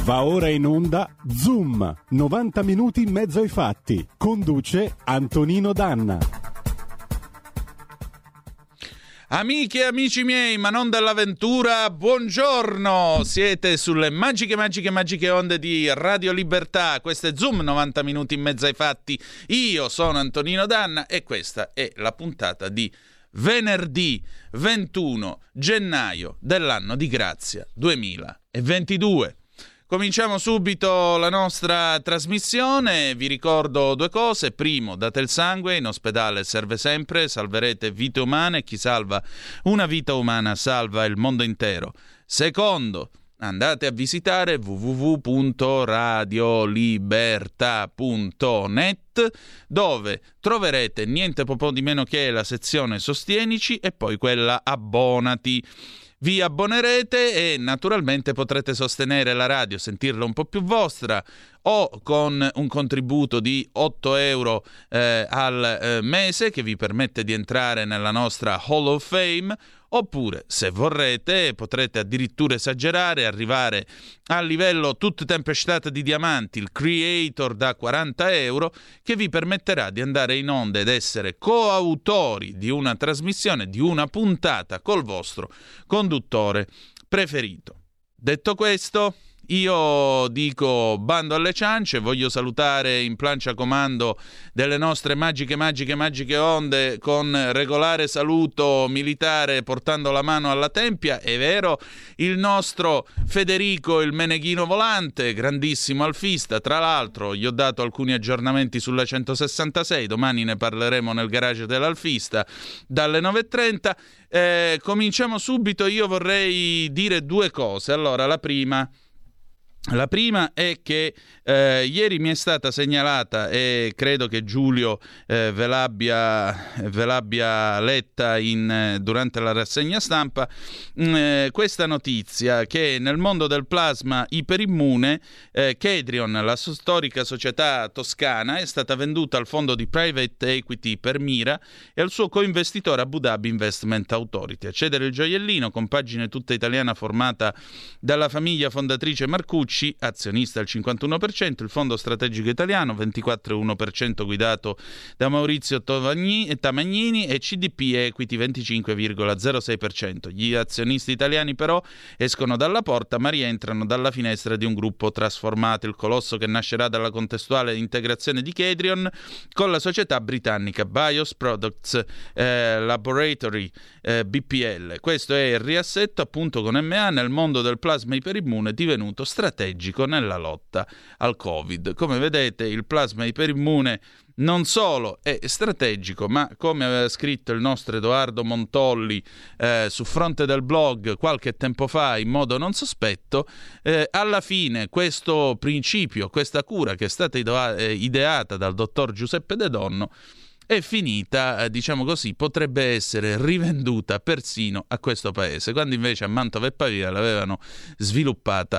Va ora in onda Zoom, 90 minuti in mezzo ai fatti. Conduce Antonino Danna. Amiche e amici miei, ma non dell'avventura, buongiorno! Siete sulle magiche onde di Radio Libertà. Questo è Zoom, 90 minuti in mezzo ai fatti. Io sono Antonino Danna e questa è la puntata di venerdì 21 gennaio dell'anno di grazia 2022. Cominciamo subito la nostra trasmissione. Vi ricordo due cose. Primo, date il sangue, in ospedale serve sempre, salverete vite umane, chi salva una vita umana salva il mondo intero. Secondo, andate a visitare www.radiolibertà.net, dove troverete niente po' di meno che la sezione Sostienici e poi quella Abbonati. Vi abbonerete e naturalmente potrete sostenere la radio, sentirla un po' più vostra, o con un contributo di 8 euro al mese che vi permette di entrare nella nostra Hall of Fame, oppure, se vorrete, potrete addirittura esagerare, arrivare al livello tutta tempestata di diamanti, il Creator da 40 euro, che vi permetterà di andare in onda ed essere coautori di una trasmissione, di una puntata col vostro conduttore preferito. Detto questo, io dico bando alle ciance. Voglio salutare in plancia comando delle nostre magiche onde con regolare saluto militare portando la mano alla tempia, è vero, il nostro Federico il Meneghino Volante, grandissimo alfista. Tra l'altro gli ho dato alcuni aggiornamenti sulla 166, domani ne parleremo nel garage dell'alfista dalle 9:30. Cominciamo subito. Io vorrei dire due cose. Allora, la prima è che ieri mi è stata segnalata, e credo che Giulio ve l'abbia letta durante la rassegna stampa, questa notizia che nel mondo del plasma iperimmune Kedrion, la storica società toscana, è stata venduta al fondo di private equity Permira e al suo coinvestitore Abu Dhabi Investment Authority. A cedere il gioiellino, compagine tutta italiana formata dalla famiglia fondatrice Marcucci, azionista al 51%, il Fondo Strategico Italiano 24,1% guidato da Maurizio Tamagnini e CDP Equity 25,06%. Gli azionisti italiani però escono dalla porta ma rientrano dalla finestra di un gruppo trasformato, il colosso che nascerà dalla contestuale integrazione di Kedrion con la società britannica Bios Products Laboratory BPL. Questo è il riassetto appunto con MA nel mondo del plasma iperimmune divenuto strategico nella lotta al Covid. Come vedete, il plasma iperimmune non solo è strategico, ma come aveva scritto il nostro Edoardo Montolli su Fronte del Blog qualche tempo fa in modo non sospetto, alla fine questo principio, questa cura che è stata ideata dal dottor Giuseppe De Donno è finita, diciamo così, potrebbe essere rivenduta persino a questo paese, quando invece a Mantova e Pavia l'avevano sviluppata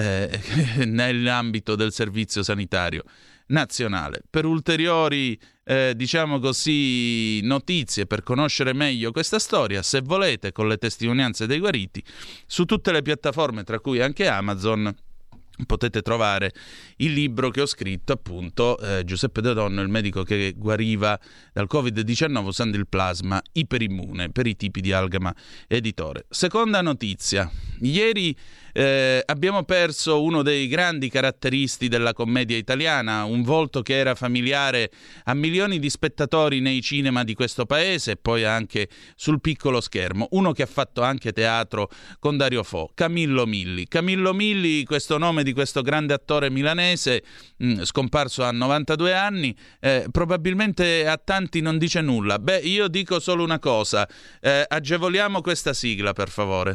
nell'ambito del servizio sanitario nazionale. Per ulteriori diciamo così notizie, per conoscere meglio questa storia, se volete, con le testimonianze dei guariti, su tutte le piattaforme tra cui anche Amazon potete trovare il libro che ho scritto, appunto, Giuseppe De Donno, il medico che guariva dal Covid-19 usando il plasma iperimmune, per i tipi di Algama Editore. Seconda notizia. Ieri abbiamo perso uno dei grandi caratteristi della commedia italiana, un volto che era familiare a milioni di spettatori nei cinema di questo paese e poi anche sul piccolo schermo, uno che ha fatto anche teatro con Dario Fo, Camillo Milli. Camillo Milli, questo nome di questo grande attore milanese scomparso a 92 anni, probabilmente a tanti non dice nulla. Io dico solo una cosa, agevoliamo questa sigla, per favore.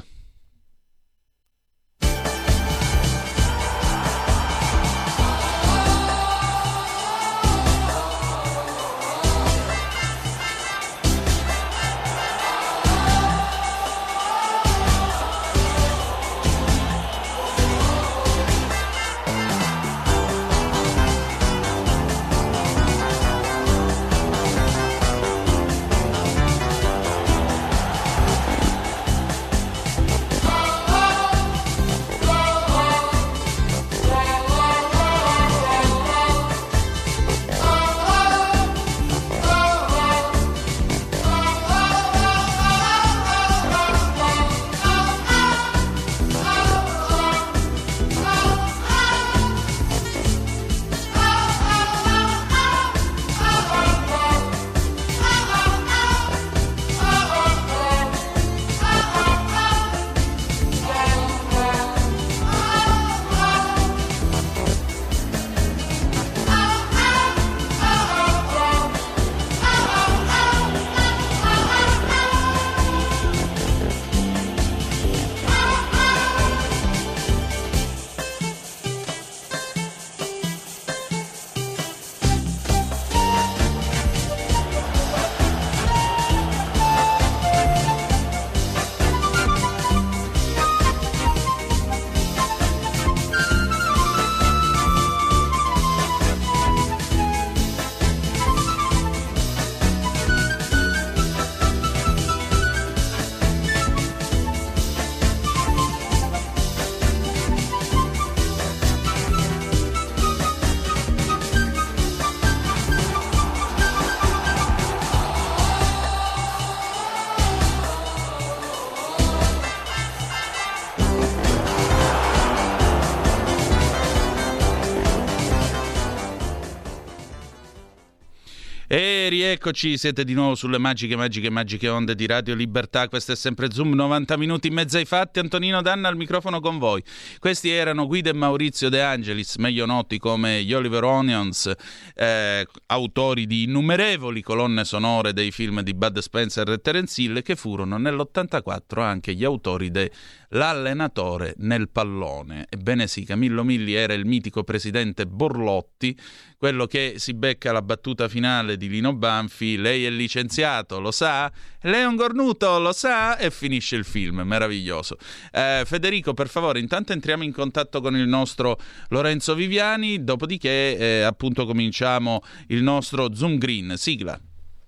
rieccoci, siete di nuovo sulle magiche onde di Radio Libertà. Questo è sempre Zoom, 90 minuti in mezzo ai fatti. Antonino Danna al microfono con voi. Questi erano Guido e Maurizio De Angelis, meglio noti come gli Oliver Onions, autori di innumerevoli colonne sonore dei film di Bud Spencer e Terence Hill, che furono nell'84 anche gli autori de L'allenatore nel pallone. Ebbene sì, Camillo Milli era il mitico presidente Borlotti, quello che si becca la battuta finale di Lino Banfi: lei è licenziato, lo sa? Leon Gornuto, lo sa? E finisce il film, meraviglioso. Federico, per favore, intanto entriamo in contatto con il nostro Lorenzo Viviani, dopodiché appunto cominciamo il nostro Zoom Green. Sigla.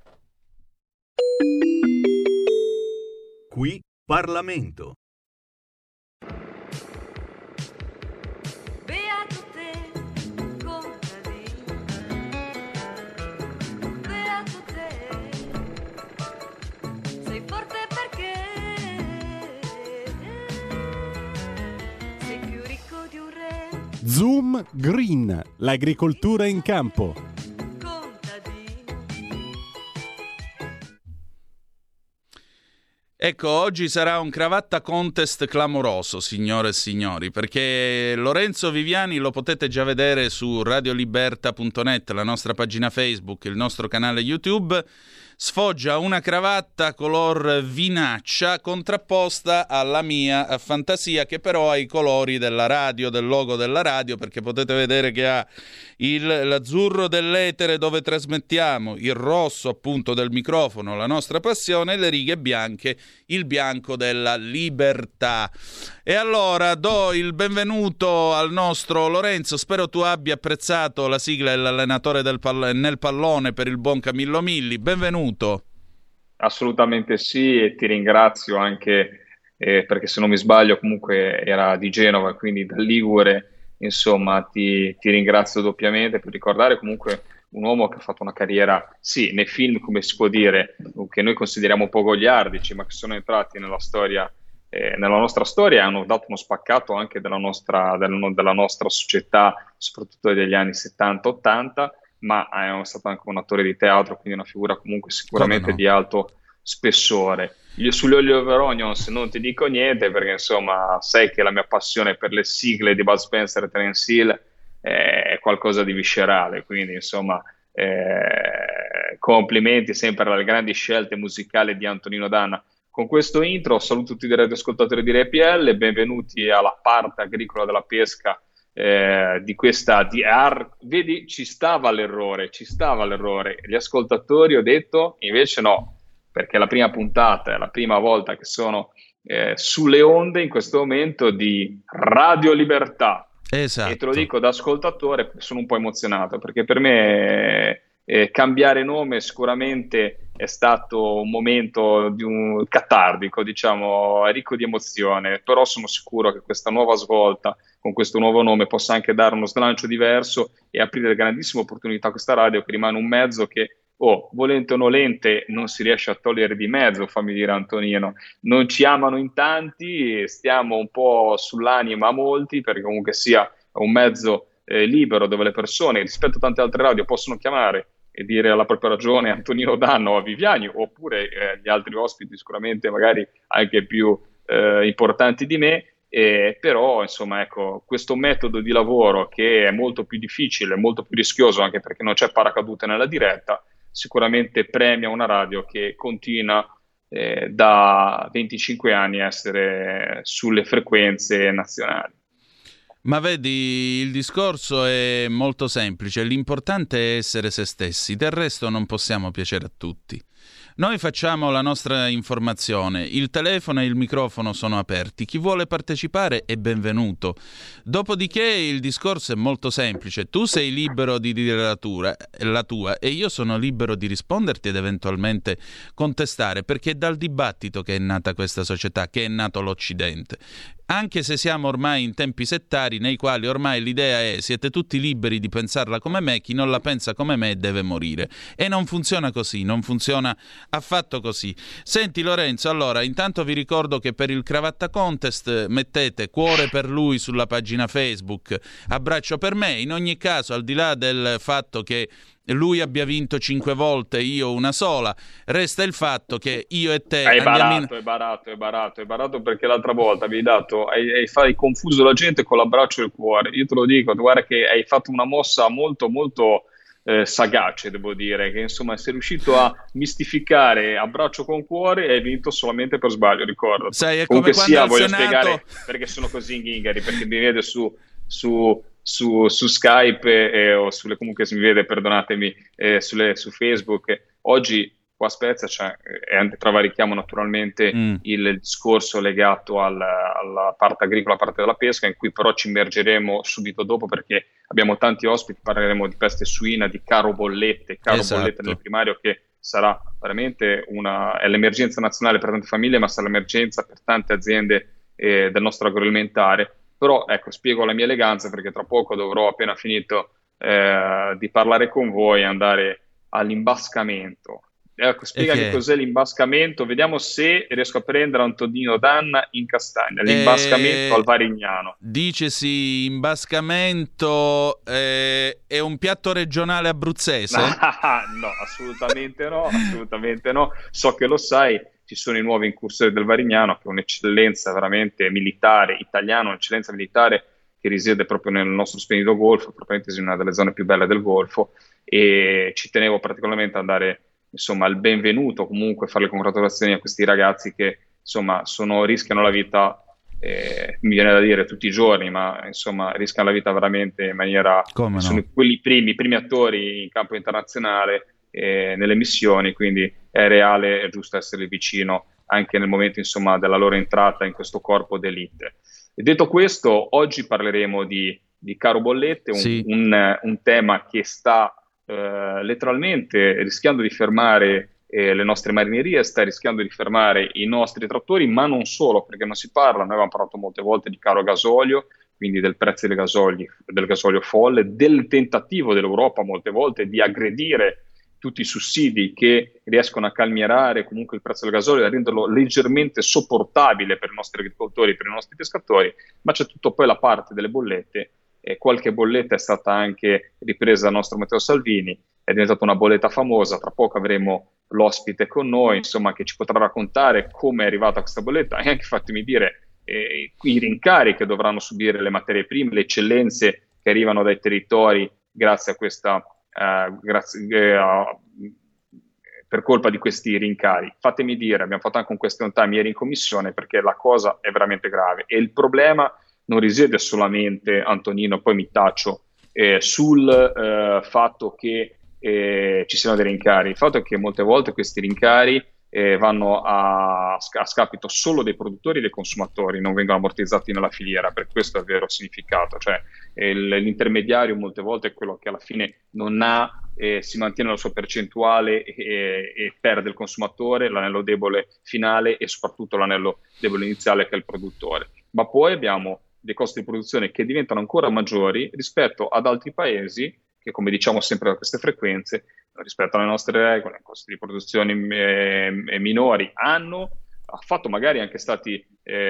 Qui Parlamento. Zoom Green, l'agricoltura in campo. Ecco, oggi sarà un cravatta contest clamoroso, signore e signori, perché Lorenzo Viviani lo potete già vedere su radioliberta.net, la nostra pagina Facebook, il nostro canale YouTube. Sfoggia una cravatta color vinaccia contrapposta alla mia fantasia, che però ha i colori della radio, del logo della radio, perché potete vedere che ha l'azzurro dell'etere dove trasmettiamo, il rosso appunto del microfono, la nostra passione, e le righe bianche, il bianco della libertà. E allora do il benvenuto al nostro Lorenzo. Spero tu abbia apprezzato la sigla dell'allenatore nel pallone per il buon Camillo Milli. Benvenuto. Assolutamente sì, e ti ringrazio anche perché, se non mi sbaglio, comunque era di Genova, quindi da Ligure. Insomma, ti ringrazio doppiamente per ricordare comunque un uomo che ha fatto una carriera, sì, nei film, come si può dire, che noi consideriamo un po' goliardici, ma che sono entrati nella storia, nella nostra storia, e hanno dato uno spaccato anche della nostra società, soprattutto degli anni 70-80, ma è stato anche un attore di teatro, quindi una figura comunque sicuramente di alto spessore. Io sugli Oliver Onions non ti dico niente, perché insomma sai che la mia passione per le sigle di Bud Spencer e Terence Hill è qualcosa di viscerale, quindi insomma complimenti sempre alle grandi scelte musicali di Antonino Danna. Con questo intro saluto tutti i radioascoltatori di RPL, benvenuti alla parte agricola della pesca di questa vedi, ci stava l'errore, gli ascoltatori, ho detto, invece no, perché la prima puntata è la prima volta che sono sulle onde in questo momento di Radio Libertà. Esatto. E te lo dico da ascoltatore, sono un po' emozionato, perché per me cambiare nome sicuramente è stato un momento catardico, diciamo, ricco di emozione, però sono sicuro che questa nuova svolta con questo nuovo nome possa anche dare uno slancio diverso e aprire grandissime opportunità a questa radio, che rimane un mezzo che, volente o nolente, non si riesce a togliere di mezzo, fammi dire Antonino. Non ci amano in tanti, stiamo un po' sull'anima a molti, perché comunque sia un mezzo libero, dove le persone, rispetto a tante altre radio, possono chiamare e dire alla propria ragione Antonino Danna o a Viviani, oppure gli altri ospiti sicuramente magari anche più importanti di me. Però insomma, ecco, questo metodo di lavoro, che è molto più difficile, molto più rischioso, anche perché non c'è paracadute nella diretta, sicuramente premia una radio che continua da 25 anni a essere sulle frequenze nazionali. Ma vedi, il discorso è molto semplice, l'importante è essere se stessi, del resto non possiamo piacere a tutti. Noi facciamo la nostra informazione, il telefono e il microfono sono aperti, chi vuole partecipare è benvenuto. Dopodiché il discorso è molto semplice, tu sei libero di dire la tua e io sono libero di risponderti ed eventualmente contestare, perché è dal dibattito che è nata questa società, che è nato l'Occidente. Anche se siamo ormai in tempi settari nei quali ormai l'idea è siete tutti liberi di pensarla come me, chi non la pensa come me deve morire. E non funziona così, non funziona affatto così. Senti Lorenzo, allora intanto vi ricordo che per il Cravatta Contest mettete cuore per lui sulla pagina Facebook, abbraccio per me. In ogni caso, al di là del fatto che lui abbia vinto 5 volte, io una sola. Resta il fatto che io e te È barato perché l'altra volta hai confuso la gente con l'abbraccio e il cuore. Io te lo dico, guarda che hai fatto una mossa molto molto sagace, devo dire, che insomma sei riuscito a mistificare abbraccio con cuore e hai vinto solamente per sbaglio, ricordo. Sai, è comunque come quando voglio Senato... spiegare perché sono così inghingari, perché mi vede su Skype o comunque si mi vede, perdonatemi, su Facebook. Oggi qua a Spezia travalichiamo naturalmente il discorso legato alla parte agricola, alla parte della pesca, in cui però ci immergeremo subito dopo perché abbiamo tanti ospiti, parleremo di peste suina, di caro bollette nel primario, che sarà veramente è l'emergenza nazionale per tante famiglie, ma sarà l'emergenza per tante aziende del nostro agroalimentare. Però ecco, spiego la mia eleganza perché tra poco dovrò, appena finito di parlare con voi, andare all'imbascamento. Ecco, spiegami cos'è l'imbascamento, vediamo se riesco a prendere Antonino Danna in castagna. L'imbascamento al Varignano. Dicesi imbascamento è un piatto regionale abruzzese? No, assolutamente no. So che lo sai, ci sono i nuovi incursori del Varignano, che è un'eccellenza veramente militare italiana, un'eccellenza militare che risiede proprio nel nostro splendido Golfo, probabilmente in una delle zone più belle del Golfo, e ci tenevo particolarmente a dare insomma il benvenuto, comunque fare le congratulazioni a questi ragazzi che insomma rischiano la vita, mi viene da dire tutti i giorni, ma insomma rischiano la vita veramente in maniera, sono quelli primi attori in campo internazionale nelle missioni, quindi è reale, è giusto esserli vicino anche nel momento insomma della loro entrata in questo corpo d'élite. E detto questo, oggi parleremo di caro bollette, un tema che sta letteralmente rischiando di fermare le nostre marinerie, sta rischiando di fermare i nostri trattori, ma non solo, perché non si parla, noi abbiamo parlato molte volte di caro gasolio, quindi del prezzo del gasolio folle, del tentativo dell'Europa molte volte di aggredire tutti i sussidi che riescono a calmierare comunque il prezzo del gasolio e a renderlo leggermente sopportabile per i nostri agricoltori, per i nostri pescatori, ma c'è tutto poi la parte delle bollette. Qualche bolletta è stata anche ripresa dal nostro Matteo Salvini, è diventata una bolletta famosa. Tra poco avremo l'ospite con noi, insomma, che ci potrà raccontare come è arrivata questa bolletta e anche, fatemi dire, i rincari che dovranno subire le materie prime, le eccellenze che arrivano dai territori grazie a questa per colpa di questi rincari. Fatemi dire, abbiamo fatto anche un question time ieri in commissione, perché la cosa è veramente grave e il problema non risiede solamente, Antonino, poi mi taccio, sul fatto che ci siano dei rincari. Il fatto è che molte volte questi rincari vanno a scapito solo dei produttori e dei consumatori, non vengono ammortizzati nella filiera, per questo è il vero significato, cioè l'intermediario molte volte è quello che alla fine non ha, si mantiene la sua percentuale e perde il consumatore, l'anello debole finale e soprattutto l'anello debole iniziale che è il produttore. Ma poi abbiamo dei costi di produzione che diventano ancora maggiori rispetto ad altri paesi che, come diciamo sempre da queste frequenze, rispetto alle nostre regole, costi di produzione minori, hanno fatto magari anche stati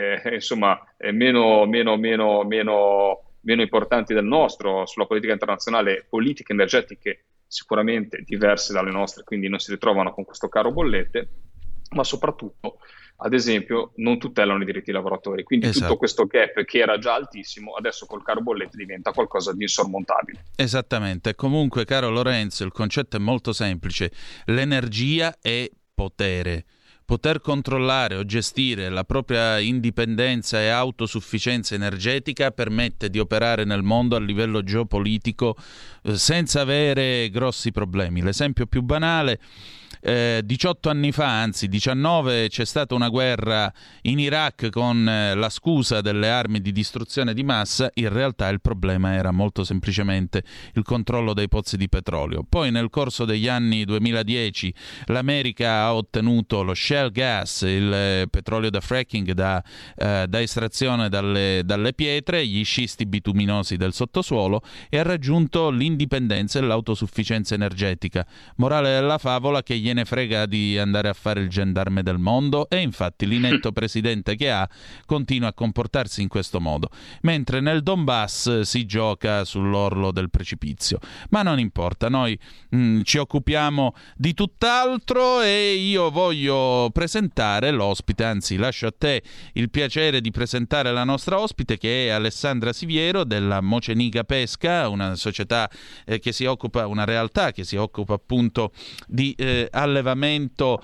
meno importanti del nostro sulla politica internazionale, politiche energetiche sicuramente diverse dalle nostre, quindi non si ritrovano con questo caro bollette, ma soprattutto, ad esempio, non tutelano i diritti dei lavoratori. Quindi tutto questo gap che era già altissimo, adesso col caro bollette diventa qualcosa di insormontabile. Esattamente. Comunque, caro Lorenzo, il concetto è molto semplice. L'energia è potere. Poter controllare o gestire la propria indipendenza e autosufficienza energetica permette di operare nel mondo a livello geopolitico senza avere grossi problemi. L'esempio più banale: 18 anni fa, anzi 19, c'è stata una guerra in Iraq con la scusa delle armi di distruzione di massa. In realtà il problema era molto semplicemente il controllo dei pozzi di petrolio. Poi nel corso degli anni 2010 l'America ha ottenuto lo shale shale gas, il petrolio da fracking, da estrazione dalle pietre, gli scisti bituminosi del sottosuolo, e ha raggiunto l'indipendenza e l'autosufficienza energetica. Morale della favola, che gliene frega di andare a fare il gendarme del mondo, e infatti l'inetto presidente che ha continua a comportarsi in questo modo, mentre nel Donbass si gioca sull'orlo del precipizio. Ma non importa, noi ci occupiamo di tutt'altro, e io voglio presentare l'ospite, anzi lascio a te il piacere di presentare la nostra ospite, che è Alessandra Siviero della Moceniga Pesca, una società che si occupa, una realtà che si occupa appunto di allevamento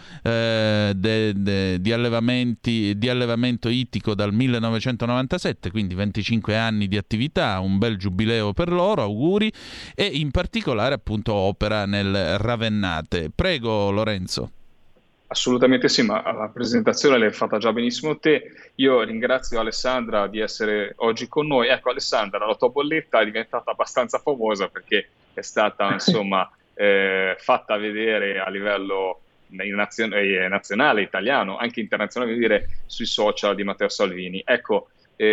di allevamento ittico dal 1997, quindi 25 anni di attività, un bel giubileo per loro, auguri, e in particolare appunto opera nel Ravennate. Prego Lorenzo. Assolutamente sì, ma la presentazione l'hai fatta già benissimo te. Io ringrazio Alessandra di essere oggi con noi. Ecco Alessandra, la tua bolletta è diventata abbastanza famosa perché è stata insomma fatta vedere a livello nazionale, italiano, anche internazionale, dire, sui social di Matteo Salvini. Ecco,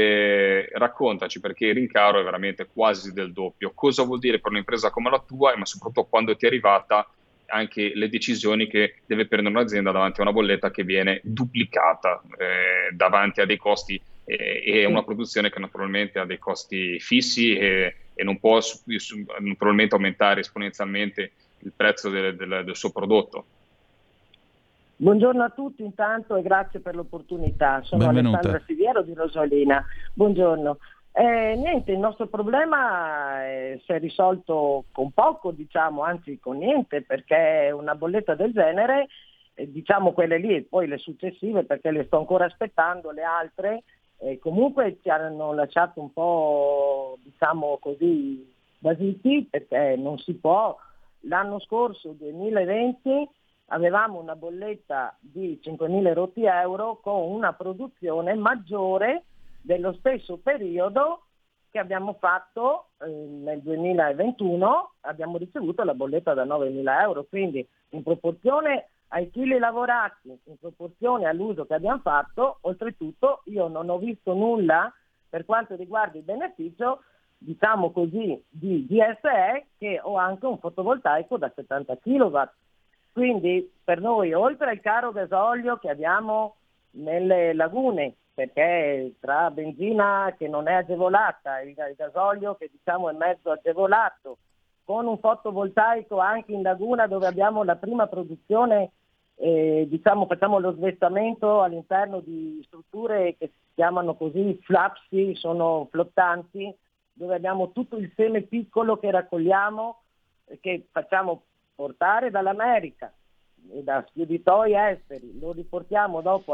raccontaci, perché il rincaro è veramente quasi del doppio. Cosa vuol dire per un'impresa come la tua, ma soprattutto quando ti è arrivata anche le decisioni che deve prendere un'azienda davanti a una bolletta che viene duplicata davanti a dei costi e una produzione che naturalmente ha dei costi fissi e non può naturalmente aumentare esponenzialmente il prezzo del suo prodotto. Buongiorno a tutti intanto e grazie per l'opportunità. Sono Benvenuta. Alessandra Siviero di Rosolina. Buongiorno. Niente, il nostro problema si è risolto con poco, diciamo, anzi con niente, perché una bolletta del genere, diciamo quelle lì e poi le successive, perché le sto ancora aspettando, le altre, comunque ci hanno lasciato un po', diciamo così, basiti, perché non si può. L'anno scorso, 2020, avevamo una bolletta di 5.000 rotti euro con una produzione maggiore dello stesso periodo che abbiamo fatto nel 2021, abbiamo ricevuto la bolletta da 9.000 euro, quindi in proporzione ai chili lavorati, in proporzione all'uso che abbiamo fatto, oltretutto io non ho visto nulla per quanto riguarda il beneficio, diciamo così, di DSE, che ho anche un fotovoltaico da 70 kW. Quindi per noi, oltre al caro gasolio che abbiamo nelle lagune, perché tra benzina che non è agevolata, il gasolio che diciamo è mezzo agevolato, con un fotovoltaico anche in laguna dove abbiamo la prima produzione, diciamo facciamo lo svestamento all'interno di strutture che si chiamano così flapsi, sono flottanti, dove abbiamo tutto il seme piccolo che raccogliamo, che facciamo portare dall'America e da speditori esteri, lo riportiamo dopo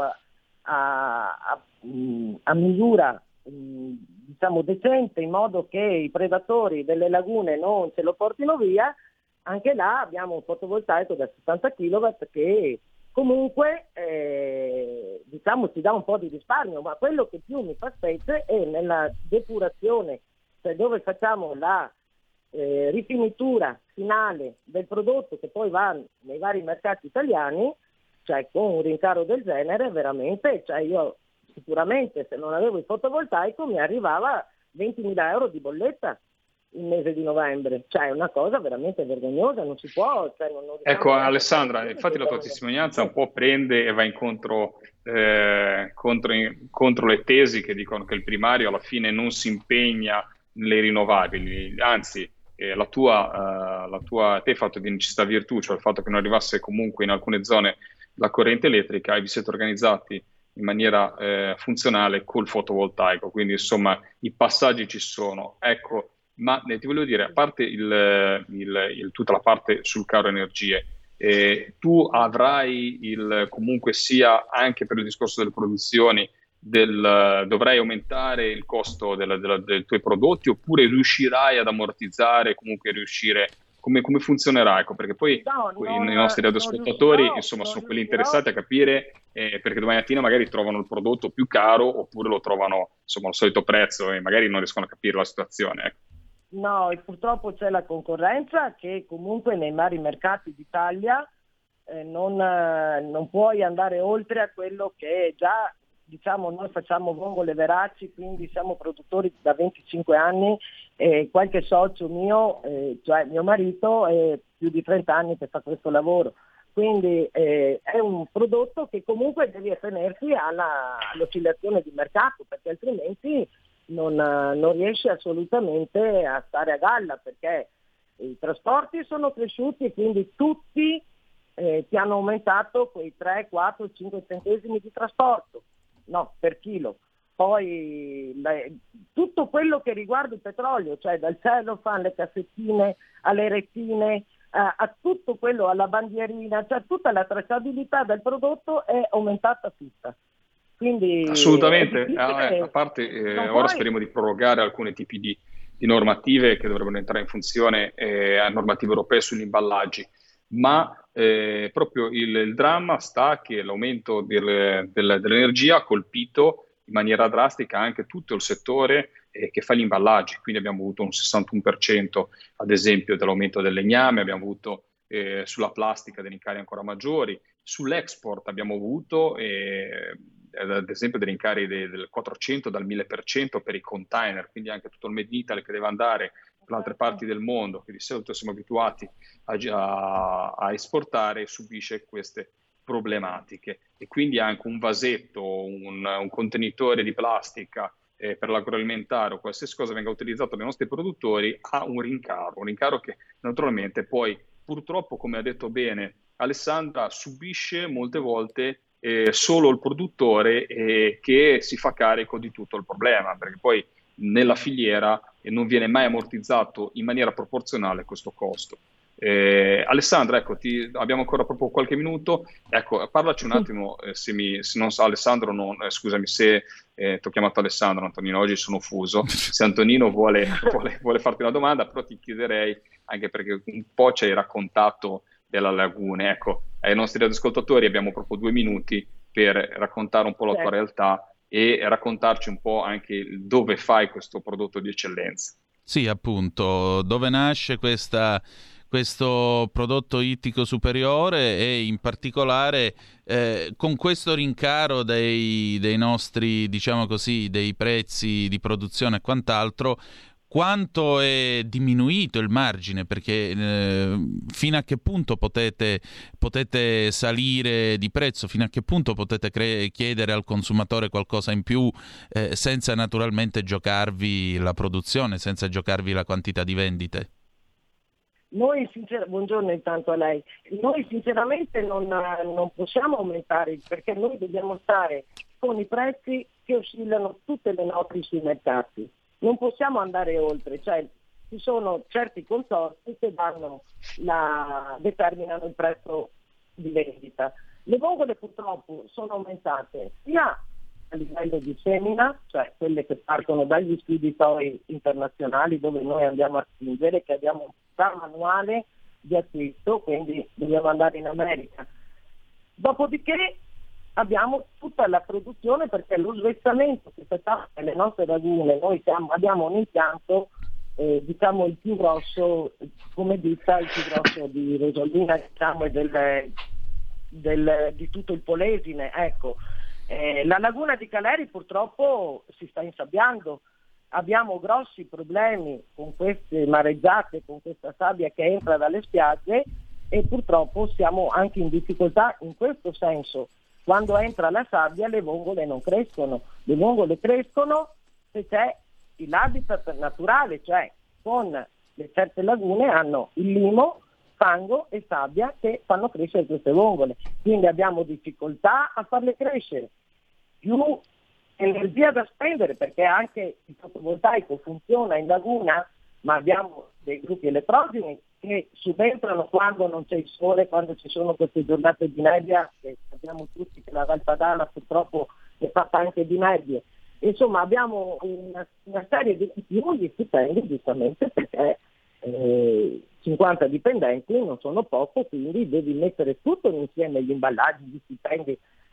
a misura diciamo decente, in modo che i predatori delle lagune non ce lo portino via. Anche là abbiamo un fotovoltaico da 60 kW che comunque diciamo ci dà un po' di risparmio, ma quello che più mi fa specie è nella depurazione, cioè dove facciamo la rifinitura finale del prodotto che poi va nei vari mercati italiani, cioè con un rincaro del genere veramente, cioè io sicuramente se non avevo il fotovoltaico mi arrivava 20.000 euro di bolletta il mese di novembre, cioè è una cosa veramente vergognosa, non si può. Cioè non ecco Alessandra, infatti la tua testimonianza un po' prende e va incontro contro le tesi che dicono che il primario alla fine non si impegna nelle rinnovabili, anzi te hai fatto di necessità virtù, cioè il fatto che non arrivasse comunque in alcune zone la corrente elettrica e vi siete organizzati in maniera funzionale col fotovoltaico, quindi insomma i passaggi ci sono. Ecco, ma ti volevo dire, a parte tutta la parte sul caro energie, tu avrai comunque sia anche per il discorso delle produzioni dovrai aumentare il costo dei tuoi prodotti, oppure riuscirai ad ammortizzare, comunque riuscire, come funzionerà? Ecco, perché poi i nostri radioascoltatori insomma sono quelli interessati a capire, perché domani mattina magari trovano il prodotto più caro oppure lo trovano insomma al solito prezzo e magari non riescono a capire la situazione. Ecco. No, e purtroppo c'è la concorrenza che comunque nei vari mercati d'Italia non puoi andare oltre a quello che già, diciamo, noi facciamo vongole veraci, quindi siamo produttori da 25 anni, e qualche socio mio, cioè mio marito, è più di 30 anni che fa questo lavoro. Quindi è un prodotto che comunque devi attenersi all'oscillazione di mercato, perché altrimenti non riesci assolutamente a stare a galla, perché i trasporti sono cresciuti e quindi tutti ti hanno aumentato quei 3, 4, 5 centesimi di trasporto, no, per chilo. Poi tutto quello che riguarda il petrolio, cioè dal cellophane, le cassettine, alle retine, a tutto quello, alla bandierina, cioè tutta la tracciabilità del prodotto è aumentata tutta. Quindi assolutamente, a parte ora speriamo di prorogare alcuni tipi di normative che dovrebbero entrare in funzione, a normative europee sugli imballaggi, ma proprio il dramma sta che l'aumento dell'energia ha colpito in maniera drastica anche tutto il settore che fa gli imballaggi, quindi abbiamo avuto un 61% ad esempio dell'aumento del legname, abbiamo avuto sulla plastica dei rincari ancora maggiori, sull'export abbiamo avuto ad esempio dei rincari del 400 dal 1000% per i container, quindi anche tutto il Made in Italy che deve andare per altre parti del mondo, che di solito siamo abituati a esportare, subisce queste problematiche. E quindi anche un vasetto, un contenitore di plastica per l'agroalimentare o qualsiasi cosa venga utilizzato dai nostri produttori ha un rincaro che naturalmente poi purtroppo, come ha detto bene Alessandra, subisce molte volte solo il produttore che si fa carico di tutto il problema, perché poi nella filiera non viene mai ammortizzato in maniera proporzionale questo costo. Alessandra, ecco, abbiamo ancora proprio qualche minuto, ecco, parlaci un attimo, se non so, Alessandro, scusami se ti ho chiamato Alessandro, Antonino, oggi sono fuso, se Antonino vuole farti una domanda, però ti chiederei, anche perché un po' ci hai raccontato della Lagune, ecco, ai nostri ascoltatori abbiamo proprio 2 minuti per raccontare un po' la tua realtà e raccontarci un po' anche dove fai questo prodotto di eccellenza. Sì, appunto, dove nasce questo prodotto ittico superiore e in particolare con questo rincaro dei nostri, diciamo così, dei prezzi di produzione e quant'altro, quanto è diminuito il margine, perché fino a che punto potete salire di prezzo, fino a che punto potete chiedere al consumatore qualcosa in più senza naturalmente giocarvi la produzione, senza giocarvi la quantità di vendite? Buongiorno intanto a lei. Noi sinceramente non possiamo aumentare, perché noi dobbiamo stare con i prezzi che oscillano tutte le notti sui mercati. Non possiamo andare oltre, cioè ci sono certi consorzi che determinano il prezzo di vendita. Le vongole purtroppo sono aumentate sia a livello di semina, cioè quelle che partono dagli speditori internazionali dove noi andiamo a spingere, che abbiamo un programma annuale di acquisto, quindi dobbiamo andare in America. Dopodiché abbiamo tutta la produzione, perché lo svezzamento che facciamo nelle nostre lagune, noi abbiamo un impianto diciamo il più grosso come ditta, il più grosso di Rosolina, diciamo, e di tutto il Polesine, ecco. La laguna di Caleri purtroppo si sta insabbiando, abbiamo grossi problemi con queste mareggiate, con questa sabbia che entra dalle spiagge, e purtroppo siamo anche in difficoltà in questo senso. Quando entra la sabbia le vongole non crescono, le vongole crescono se c'è l'habitat naturale, cioè con le certe lagune hanno il limo, fango e sabbia che fanno crescere queste vongole, quindi abbiamo difficoltà a farle crescere, più energia da spendere, perché anche il fotovoltaico funziona in laguna, ma abbiamo dei gruppi elettrogeni che subentrano quando non c'è il sole, quando ci sono queste giornate di nebbia, che sappiamo tutti che la Val Padana purtroppo è fatta anche di nebbie. Insomma abbiamo una serie di più di stipendi, giustamente perché 50 dipendenti non sono poco, quindi devi mettere tutto insieme, gli imballaggi, gli stipendi,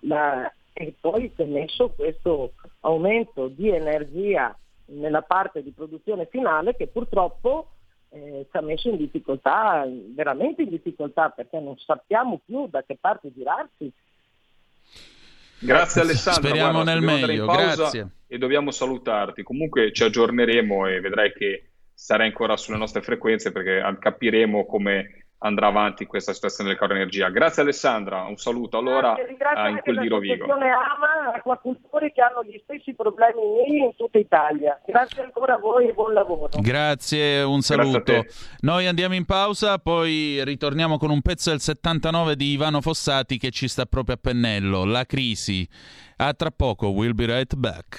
e poi si è messo questo aumento di energia nella parte di produzione finale che purtroppo ci ha messo in difficoltà, veramente in difficoltà, perché non sappiamo più da che parte girarsi. Grazie Alessandra, speriamo guarda, nel meglio, grazie. E dobbiamo salutarti. Comunque ci aggiorneremo e vedrai che sarai ancora sulle nostre frequenze, perché capiremo come andrà avanti questa situazione del caro energia. Grazie Alessandra, un saluto allora in quel di Rovigo. Ama acquacultori che hanno gli stessi problemi miei in tutta Italia. Grazie ancora a voi e buon lavoro. Grazie, un saluto. Noi andiamo in pausa, poi ritorniamo con un pezzo del 79 di Ivano Fossati che ci sta proprio a pennello, La crisi. A tra poco, we'll be right back.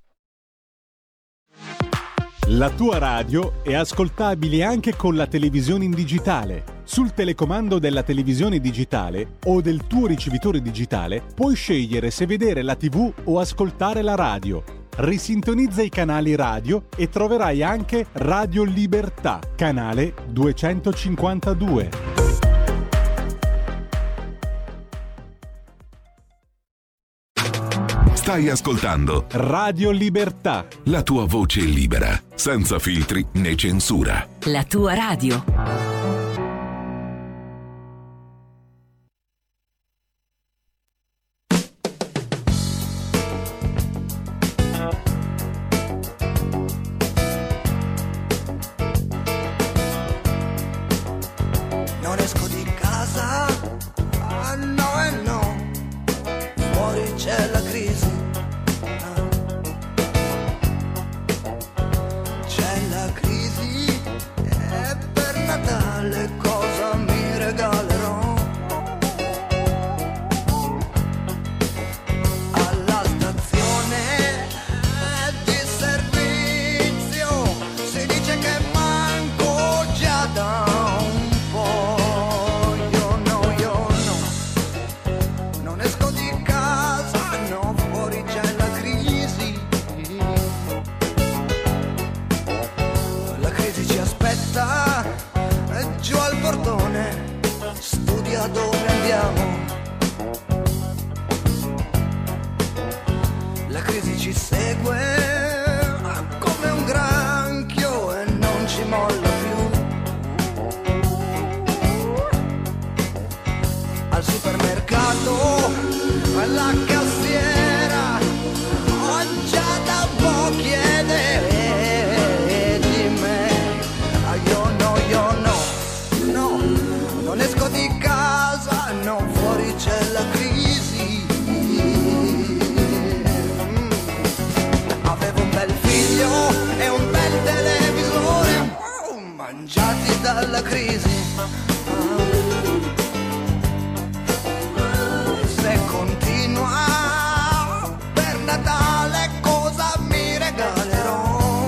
La tua radio è ascoltabile anche con la televisione in digitale. Sul telecomando della televisione digitale o del tuo ricevitore digitale puoi scegliere se vedere la TV o ascoltare la radio. Risintonizza i canali radio e troverai anche Radio Libertà, canale 252. Stai ascoltando Radio Libertà, la tua voce libera, senza filtri né censura. La tua radio. Non esco di casa, no e no, fuori c'è la crisi. C'è la crisi e per Natale cosa mi regalerò? Alla stazione di servizio si dice che manco già da un po'. Io no, non esco di casa, no, fuori c'è la crisi. La crisi ci aspetta giù al portone, studia dove andiamo. La crisi ci segue come un granchio e non ci molla più. Al supermercato, alla cassiera, ho già da un po' chiede di me. Io no, non esco di casa, no, fuori c'è la crisi. Avevo un bel figlio e un bel televisore, mangiati dalla crisi. Se continua per Natale cosa mi regalerò?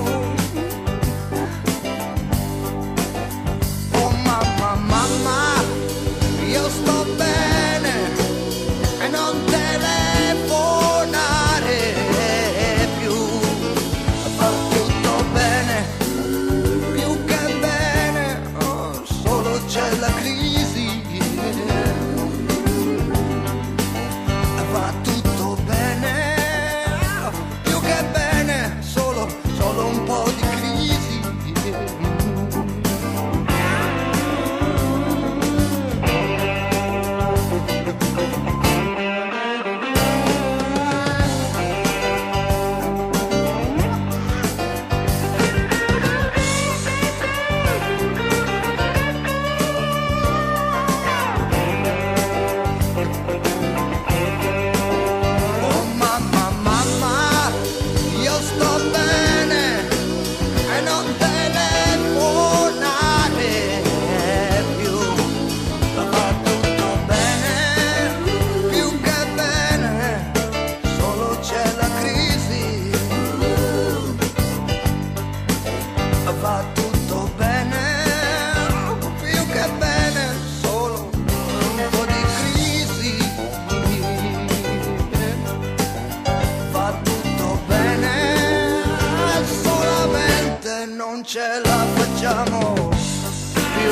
Oh mamma, io sto bene e non telefonare più. Va tutto bene, più che bene, oh, solo c'è la crisi. Va tutto bene, più che bene, solo un po' di crisi. Oh mamma, io sto bene e non telefonare più. Va tutto bene, più che bene, solo c'è la crisi. Va tutto bene, più che bene, solo un po' di crisi. Va tutto bene, solamente non ce la facciamo più.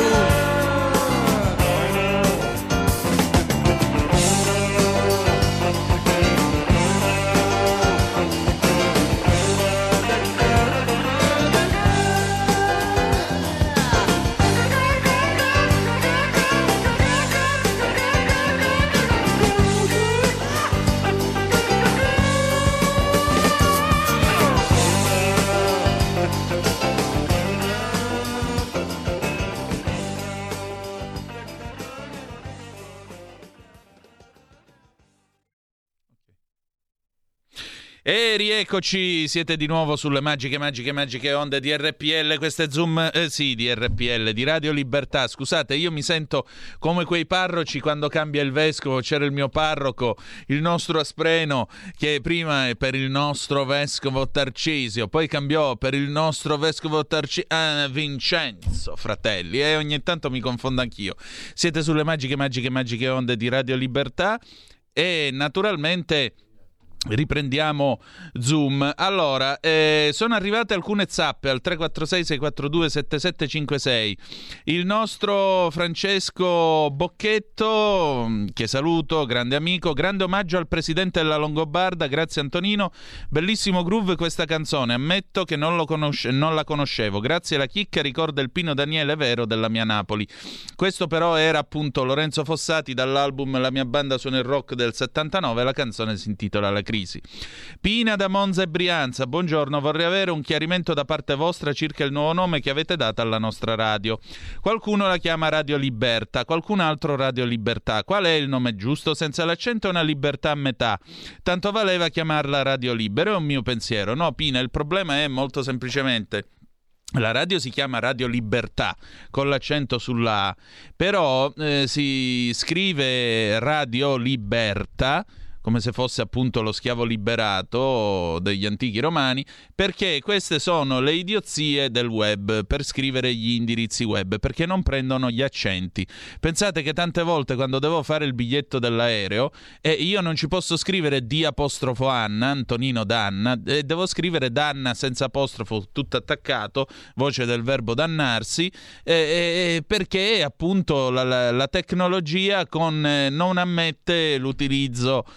E rieccoci, siete di nuovo sulle magiche onde di RPL, questo è Zoom, di RPL, di Radio Libertà. Scusate, io mi sento come quei parroci quando cambia il vescovo. C'era il mio parroco, il nostro Aspreno, che prima è per il nostro vescovo Tarcisio, poi cambiò per il nostro vescovo Vincenzo, fratelli, e ogni tanto mi confondo anch'io. Siete sulle magiche onde di Radio Libertà e naturalmente riprendiamo Zoom. Allora, sono arrivate alcune zappe al 346-642-7756. Il nostro Francesco Bocchetto, che saluto, grande amico, grande omaggio al presidente della Longobarda, grazie Antonino, bellissimo groove questa canzone, ammetto che non la conoscevo, grazie alla chicca, ricorda il Pino Daniele Vero della mia Napoli. Questo però era appunto Lorenzo Fossati dall'album La mia banda suona il rock del 79, la canzone si intitola La crisi. Pina da Monza e Brianza, buongiorno, vorrei avere un chiarimento da parte vostra circa il nuovo nome che avete dato alla nostra radio. Qualcuno la chiama Radio Libertà, qualcun altro Radio Libertà. Qual è il nome giusto? Senza l'accento è una libertà a metà, tanto valeva chiamarla Radio Libero, è un mio pensiero. No Pina, il problema è molto semplicemente la radio si chiama Radio Libertà con l'accento sulla A, però si scrive Radio Libertà come se fosse appunto lo schiavo liberato degli antichi romani, perché queste sono le idiozie del web per scrivere gli indirizzi web, perché non prendono gli accenti. Pensate che tante volte quando devo fare il biglietto dell'aereo io non ci posso scrivere D' Anna, Antonino Danna, devo scrivere Danna senza apostrofo, tutto attaccato, voce del verbo dannarsi, perché appunto la tecnologia non ammette l'utilizzo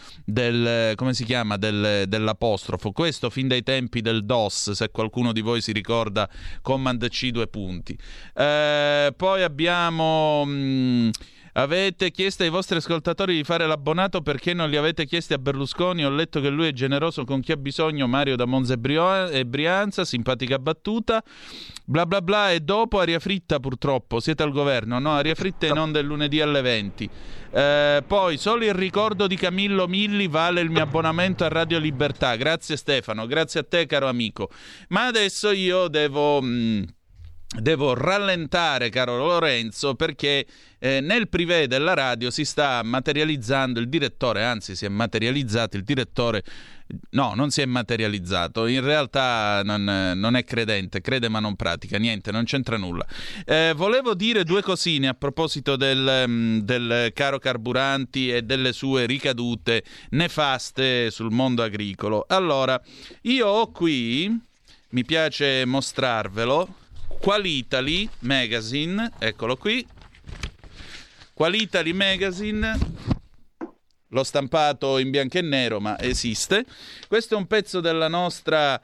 dell'apostrofo. Questo fin dai tempi del DOS, se qualcuno di voi si ricorda, Command C 2 punti. Poi abbiamo avete chiesto ai vostri ascoltatori di fare l'abbonato, perché non li avete chiesti a Berlusconi? Ho letto che lui è generoso con chi ha bisogno. Mario da Monza e Brianza, simpatica battuta, bla bla bla. E dopo aria fritta, purtroppo siete al governo, no? Aria fritta in onda il lunedì alle 20. Poi solo il ricordo di Camillo Milli vale il mio abbonamento a Radio Libertà. Grazie Stefano, grazie a te caro amico. Ma adesso io devo rallentare, caro Lorenzo, perché nel privé della radio si sta materializzando il direttore, anzi si è materializzato il direttore. No, non si è materializzato, in realtà non è credente, crede ma non pratica, niente, non c'entra nulla. Volevo dire due cosine a proposito del caro carburanti e delle sue ricadute nefaste sul mondo agricolo. Allora, io ho qui, mi piace mostrarvelo, Qualitali Magazine, eccolo qui, Qualitali Magazine. L'ho stampato in bianco e nero, ma esiste. Questo è un pezzo della nostra,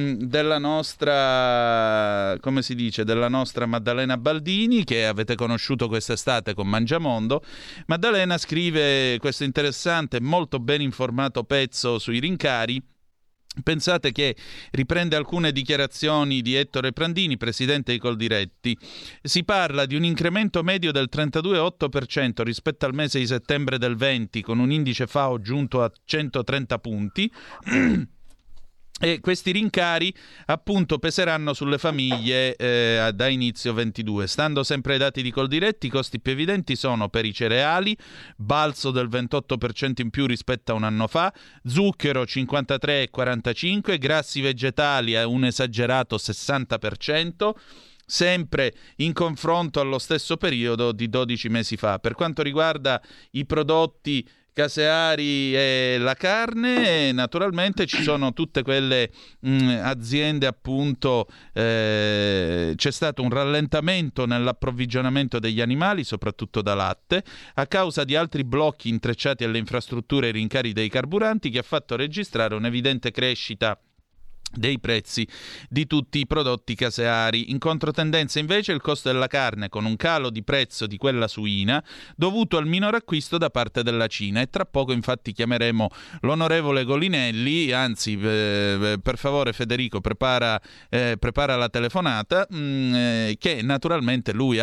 come si dice, della nostra Maddalena Baldini, che avete conosciuto quest'estate con Mangiamondo. Maddalena scrive questo interessante, molto ben informato pezzo sui rincari. Pensate che riprende alcune dichiarazioni di Ettore Prandini, presidente di Coldiretti. Si parla di un incremento medio del 32,8% rispetto al mese di settembre del 20, con un indice FAO giunto a 130 punti. E questi rincari appunto peseranno sulle famiglie da inizio 22. Stando sempre ai dati di Coldiretti, i costi più evidenti sono per i cereali, balzo del 28% in più rispetto a un anno fa, zucchero 53,45%, grassi vegetali a un esagerato 60%, sempre in confronto allo stesso periodo di 12 mesi fa. Per quanto riguarda i prodotti caseari e la carne, naturalmente ci sono tutte quelle aziende, appunto, c'è stato un rallentamento nell'approvvigionamento degli animali, soprattutto da latte, a causa di altri blocchi intrecciati alle infrastrutture e rincari dei carburanti, che ha fatto registrare un'evidente crescita dei prezzi di tutti i prodotti caseari. In controtendenza invece il costo della carne, con un calo di prezzo di quella suina dovuto al minore acquisto da parte della Cina, e tra poco infatti chiameremo l'onorevole Golinelli, anzi per favore Federico prepara la telefonata, che naturalmente lui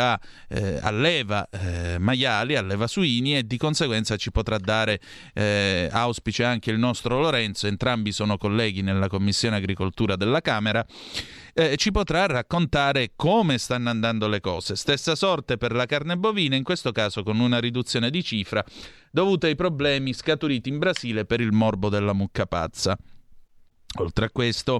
alleva maiali, alleva suini, e di conseguenza ci potrà dare auspice anche il nostro Lorenzo, entrambi sono colleghi nella Commissione Agricoltura della Camera, ci potrà raccontare come stanno andando le cose. Stessa sorte per la carne bovina, in questo caso con una riduzione di cifra dovuta ai problemi scaturiti in Brasile per il morbo della mucca pazza. Oltre a questo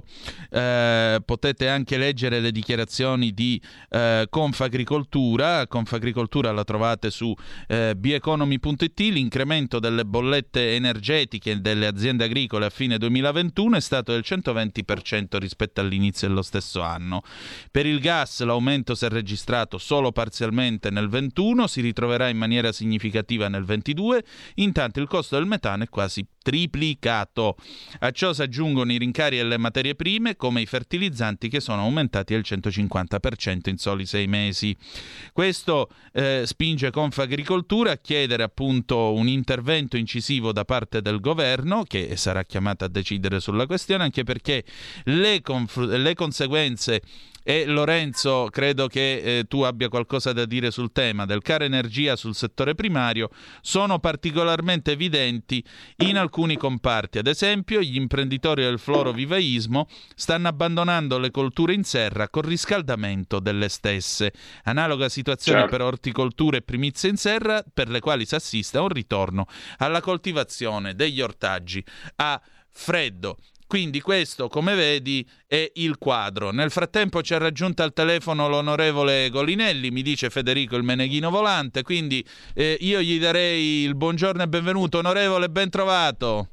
potete anche leggere le dichiarazioni di Confagricoltura. Confagricoltura la trovate su bieconomy.it. L'incremento delle bollette energetiche delle aziende agricole a fine 2021 è stato del 120% rispetto all'inizio dello stesso anno. Per il gas l'aumento si è registrato solo parzialmente nel 21, si ritroverà in maniera significativa nel 22, intanto il costo del metano è quasi triplicato. A ciò si aggiungono i rincari delle materie prime, come i fertilizzanti, che sono aumentati del 150% in soli 6 mesi. Questo spinge Confagricoltura a chiedere appunto un intervento incisivo da parte del governo, che sarà chiamato a decidere sulla questione, anche perché le conseguenze, e Lorenzo credo che tu abbia qualcosa da dire sul tema del caro energia sul settore primario, sono particolarmente evidenti in alcuni comparti. Ad esempio gli imprenditori del florovivaismo stanno abbandonando le colture in serra con riscaldamento delle stesse. Analoga situazione per orticolture e primizie in serra, per le quali si assiste a un ritorno alla coltivazione degli ortaggi a freddo. Quindi questo, come vedi, è il quadro. Nel frattempo ci ha raggiunto al telefono l'onorevole Golinelli, mi dice Federico il Meneghino volante, quindi io gli darei il buongiorno e benvenuto. Onorevole, ben trovato.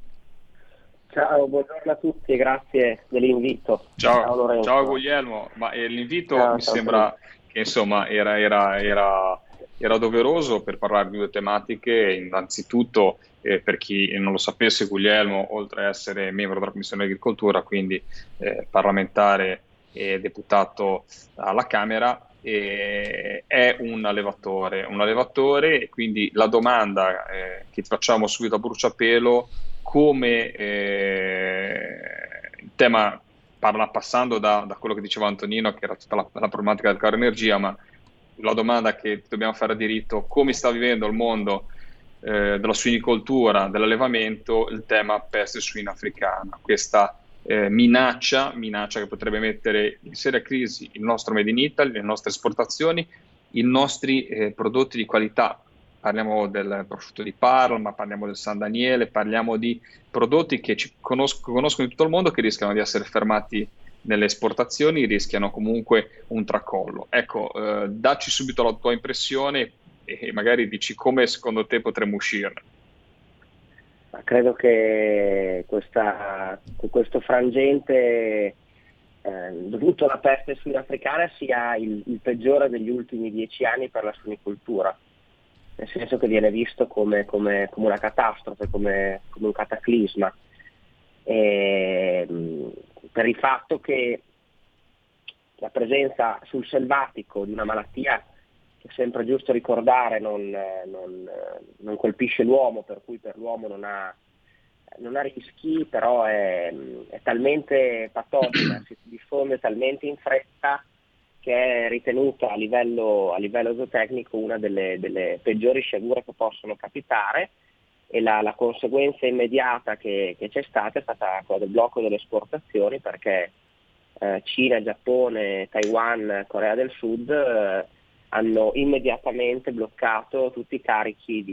Ciao, buongiorno a tutti, grazie dell'invito. Ciao Lorenzo. Ciao Guglielmo, ma l'invito mi sembra che insomma era doveroso per parlare di due tematiche. Innanzitutto, per chi non lo sapesse, Guglielmo, oltre a essere membro della Commissione Agricoltura, quindi parlamentare e deputato alla Camera, è un allevatore, e quindi la domanda che ti facciamo subito a bruciapelo, come il tema passando da quello che diceva Antonino, che era tutta la problematica del caro energia, ma la domanda che dobbiamo fare a diritto: come sta vivendo il mondo della suinicoltura, dell'allevamento, il tema peste suina africana, questa minaccia che potrebbe mettere in seria crisi il nostro Made in Italy, le nostre esportazioni, i nostri prodotti di qualità. Parliamo del prosciutto di Parma, parliamo del San Daniele, parliamo di prodotti che conoscono in tutto il mondo, che rischiano di essere fermati nelle esportazioni, rischiano comunque un tracollo. Ecco, dacci subito la tua impressione e magari dici come secondo te potremmo uscirne. Credo che questo frangente dovuto alla peste suina africana sia il peggiore degli ultimi 10 anni per la suinicoltura, nel senso che viene visto come una catastrofe, come un cataclisma, per il fatto che la presenza sul selvatico di una malattia, che è sempre giusto ricordare, non colpisce l'uomo, per cui per l'uomo non ha rischi, però è talmente patogena, si diffonde talmente in fretta, che è ritenuta a livello zootecnico una delle peggiori sciagure che possono capitare, e la conseguenza immediata che c'è stata è stata quella del blocco delle esportazioni, perché Cina, Giappone, Taiwan, Corea del Sud hanno immediatamente bloccato tutti i carichi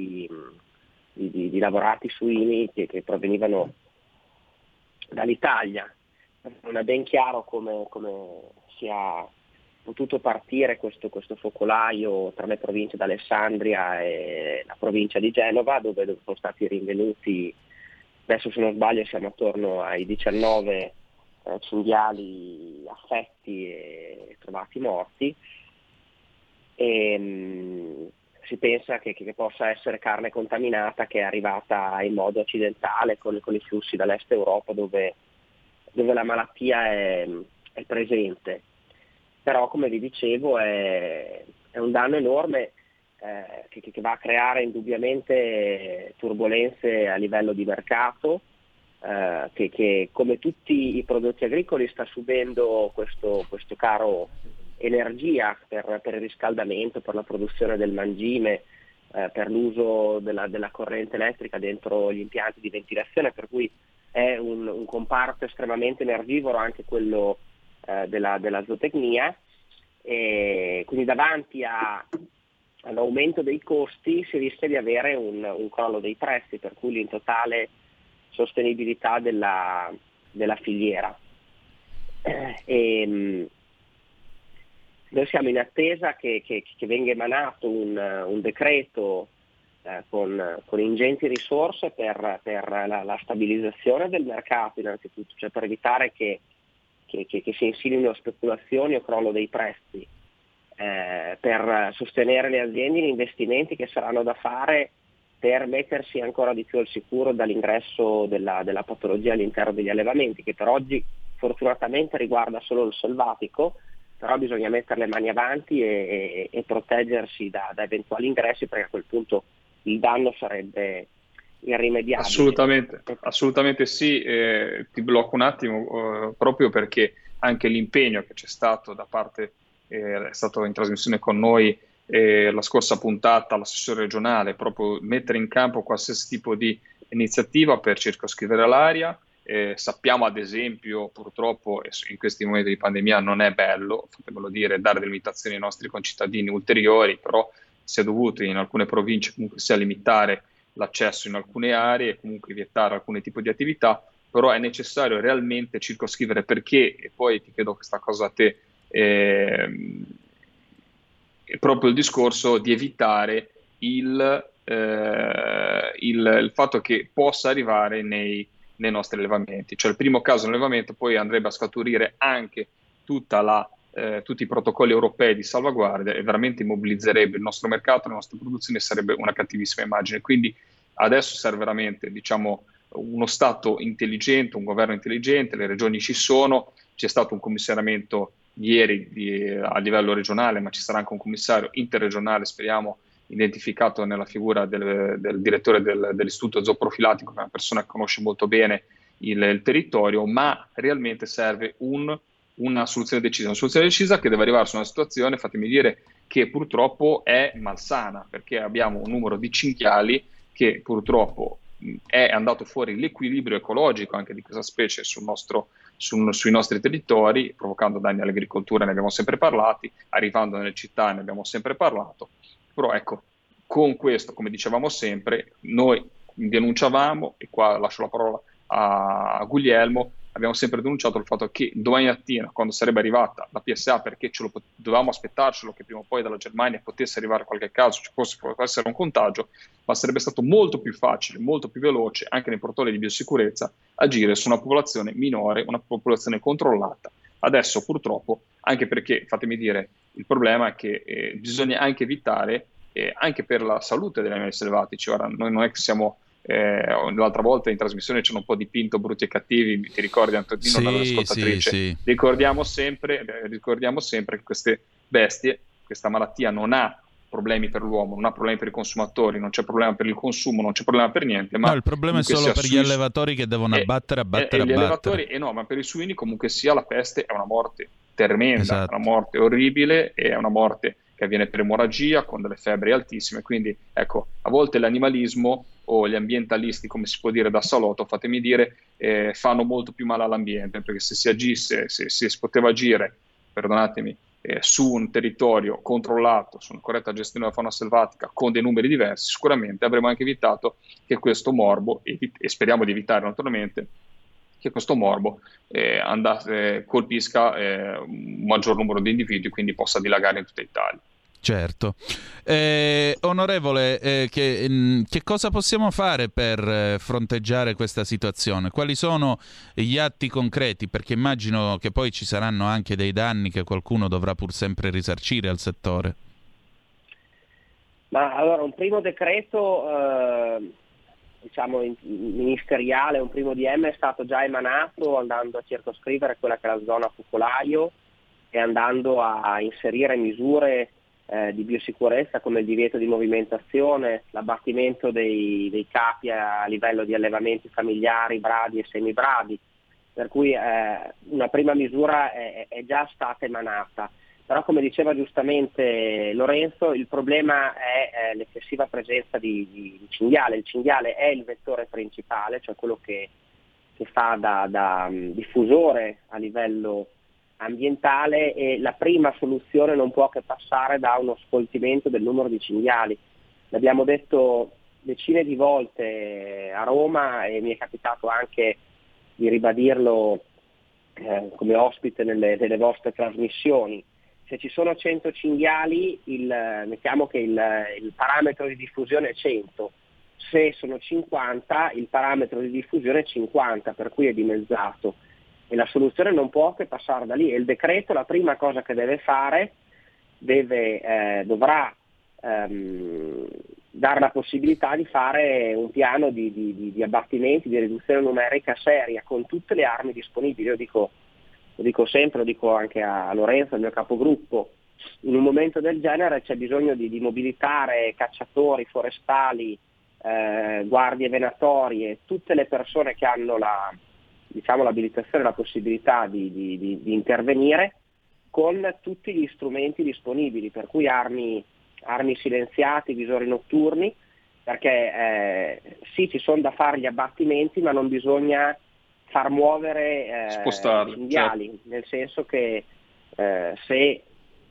di lavorati suini che provenivano dall'Italia. Non è ben chiaro come sia potuto partire questo focolaio tra le province d'Alessandria e la provincia di Genova, dove sono stati rinvenuti, adesso se non sbaglio siamo attorno ai 19 cinghiali affetti e trovati morti. E si pensa che possa essere carne contaminata che è arrivata in modo accidentale con i flussi dall'est Europa, dove la malattia è presente. Però, come vi dicevo, è un danno enorme che va a creare indubbiamente turbolenze a livello di mercato, che come tutti i prodotti agricoli sta subendo questo caro energia per il riscaldamento, per la produzione del mangime, per l'uso della corrente elettrica dentro gli impianti di ventilazione, per cui è un comparto estremamente energivoro anche quello della zootecnia, e quindi davanti all'aumento dei costi si rischia di avere un crollo dei prezzi, per cui l'intotale sostenibilità della filiera. Noi siamo in attesa che venga emanato un decreto con ingenti risorse per la stabilizzazione del mercato innanzitutto, cioè per evitare che si insinuino speculazioni o crollo dei prezzi, per sostenere le aziende in investimenti che saranno da fare per mettersi ancora di più al sicuro dall'ingresso della patologia all'interno degli allevamenti, che per oggi fortunatamente riguarda solo il selvatico, però bisogna mettere le mani avanti e proteggersi da eventuali ingressi, perché a quel punto il danno sarebbe irrimediabile. Assolutamente sì. Ti blocco un attimo proprio perché anche l'impegno che c'è stato da parte, è stato in trasmissione con noi la scorsa puntata, l'assessore regionale, proprio mettere in campo qualsiasi tipo di iniziativa per circoscrivere l'area. Sappiamo ad esempio, purtroppo in questi momenti di pandemia non è bello, fatemelo dire, dare delle limitazioni ai nostri concittadini ulteriori, però si è dovuto in alcune province comunque sia limitare l'accesso in alcune aree e comunque vietare alcuni tipi di attività, però è necessario realmente circoscrivere, perché, e poi ti chiedo questa cosa a te, è proprio il discorso di evitare il fatto che possa arrivare nei nostri allevamenti. Cioè il primo caso di allevamento poi andrebbe a scaturire anche tutti i protocolli europei di salvaguardia e veramente immobilizzerebbe il nostro mercato, le nostre produzioni, sarebbe una cattivissima immagine. Quindi adesso serve veramente, diciamo, uno Stato intelligente, un governo intelligente, le regioni ci sono, c'è stato un commissariamento ieri a livello regionale, ma ci sarà anche un commissario interregionale, speriamo, identificato nella figura del direttore dell'istituto zooprofilatico, che è una persona che conosce molto bene il territorio, ma realmente serve una soluzione decisa che deve arrivare su una situazione, fatemi dire, che purtroppo è malsana, perché abbiamo un numero di cinghiali che purtroppo è andato fuori l'equilibrio ecologico anche di questa specie sui nostri territori, provocando danni all'agricoltura, ne abbiamo sempre parlati, arrivando nelle città ne abbiamo sempre parlato. Però ecco, con questo, come dicevamo sempre, noi denunciavamo, e qua lascio la parola a Guglielmo, abbiamo sempre denunciato il fatto che domani mattina, quando sarebbe arrivata la PSA, perché dovevamo aspettarcelo che prima o poi dalla Germania potesse arrivare qualche caso, ci potesse essere un contagio, ma sarebbe stato molto più facile, molto più veloce, anche nei protocolli di biosicurezza, agire su una popolazione minore, una popolazione controllata. Adesso purtroppo, anche perché, fatemi dire, il problema è che bisogna anche evitare, anche per la salute degli animali selvatici. Ora, noi non è che siamo, l'altra volta in trasmissione c'erano un po' di Pinto brutti e cattivi, ti ricordi Antonino, dall'ascoltatrice? Sì. Ricordiamo sempre che queste bestie, questa malattia non ha problemi per l'uomo, non ha problemi per i consumatori, non c'è problema per il consumo, non c'è problema per niente. Ma no, il problema è solo per gli allevatori che devono abbattere. Gli allevatori, no, ma per i suini comunque sia la peste è una morte tremenda, esatto. È una morte orribile, e è una morte che avviene per emorragia con delle febbri altissime. Quindi ecco, a volte l'animalismo o gli ambientalisti, come si può dire da salotto, fatemi dire, fanno molto più male all'ambiente, perché se si agisse, se si poteva agire, perdonatemi, su un territorio controllato, su una corretta gestione della fauna selvatica con dei numeri diversi, sicuramente avremmo anche evitato che questo morbo, e speriamo di evitare naturalmente, che questo morbo colpisca un maggior numero di individui, quindi possa dilagare in tutta Italia. Certo. Onorevole, che cosa possiamo fare per fronteggiare questa situazione? Quali sono gli atti concreti? Perché immagino che poi ci saranno anche dei danni che qualcuno dovrà pur sempre risarcire al settore. Ma allora, un primo decreto diciamo ministeriale, un primo DM è stato già emanato, andando a circoscrivere quella che è la zona focolaio e andando a inserire misure di biosicurezza come il divieto di movimentazione, l'abbattimento dei capi a livello di allevamenti familiari, bradi e semibradi, per cui una prima misura è già stata emanata. Però, come diceva giustamente Lorenzo, il problema è l'eccessiva presenza di cinghiale. Il cinghiale è il vettore principale, cioè quello che fa da diffusore a livello ambientale, e la prima soluzione non può che passare da uno sfoltimento del numero di cinghiali. L'abbiamo detto decine di volte a Roma e mi è capitato anche di ribadirlo come ospite nelle vostre trasmissioni. Se ci sono 100 cinghiali, mettiamo che il parametro di diffusione è 100, se sono 50 il parametro di diffusione è 50, per cui è dimezzato. E la soluzione non può che passare da lì, e il decreto la prima cosa che deve fare dovrà dare la possibilità di fare un piano di abbattimenti, di riduzione numerica seria con tutte le armi disponibili. Lo dico sempre, lo dico anche a Lorenzo, il mio capogruppo, in un momento del genere c'è bisogno di mobilitare cacciatori, forestali, guardie venatorie, tutte le persone che hanno l'abilitazione e la possibilità di intervenire con tutti gli strumenti disponibili, per cui armi silenziate, visori notturni, perché sì, ci sono da fare gli abbattimenti, ma non bisogna far muovere spostare, cinghiali, certo. Nel senso che se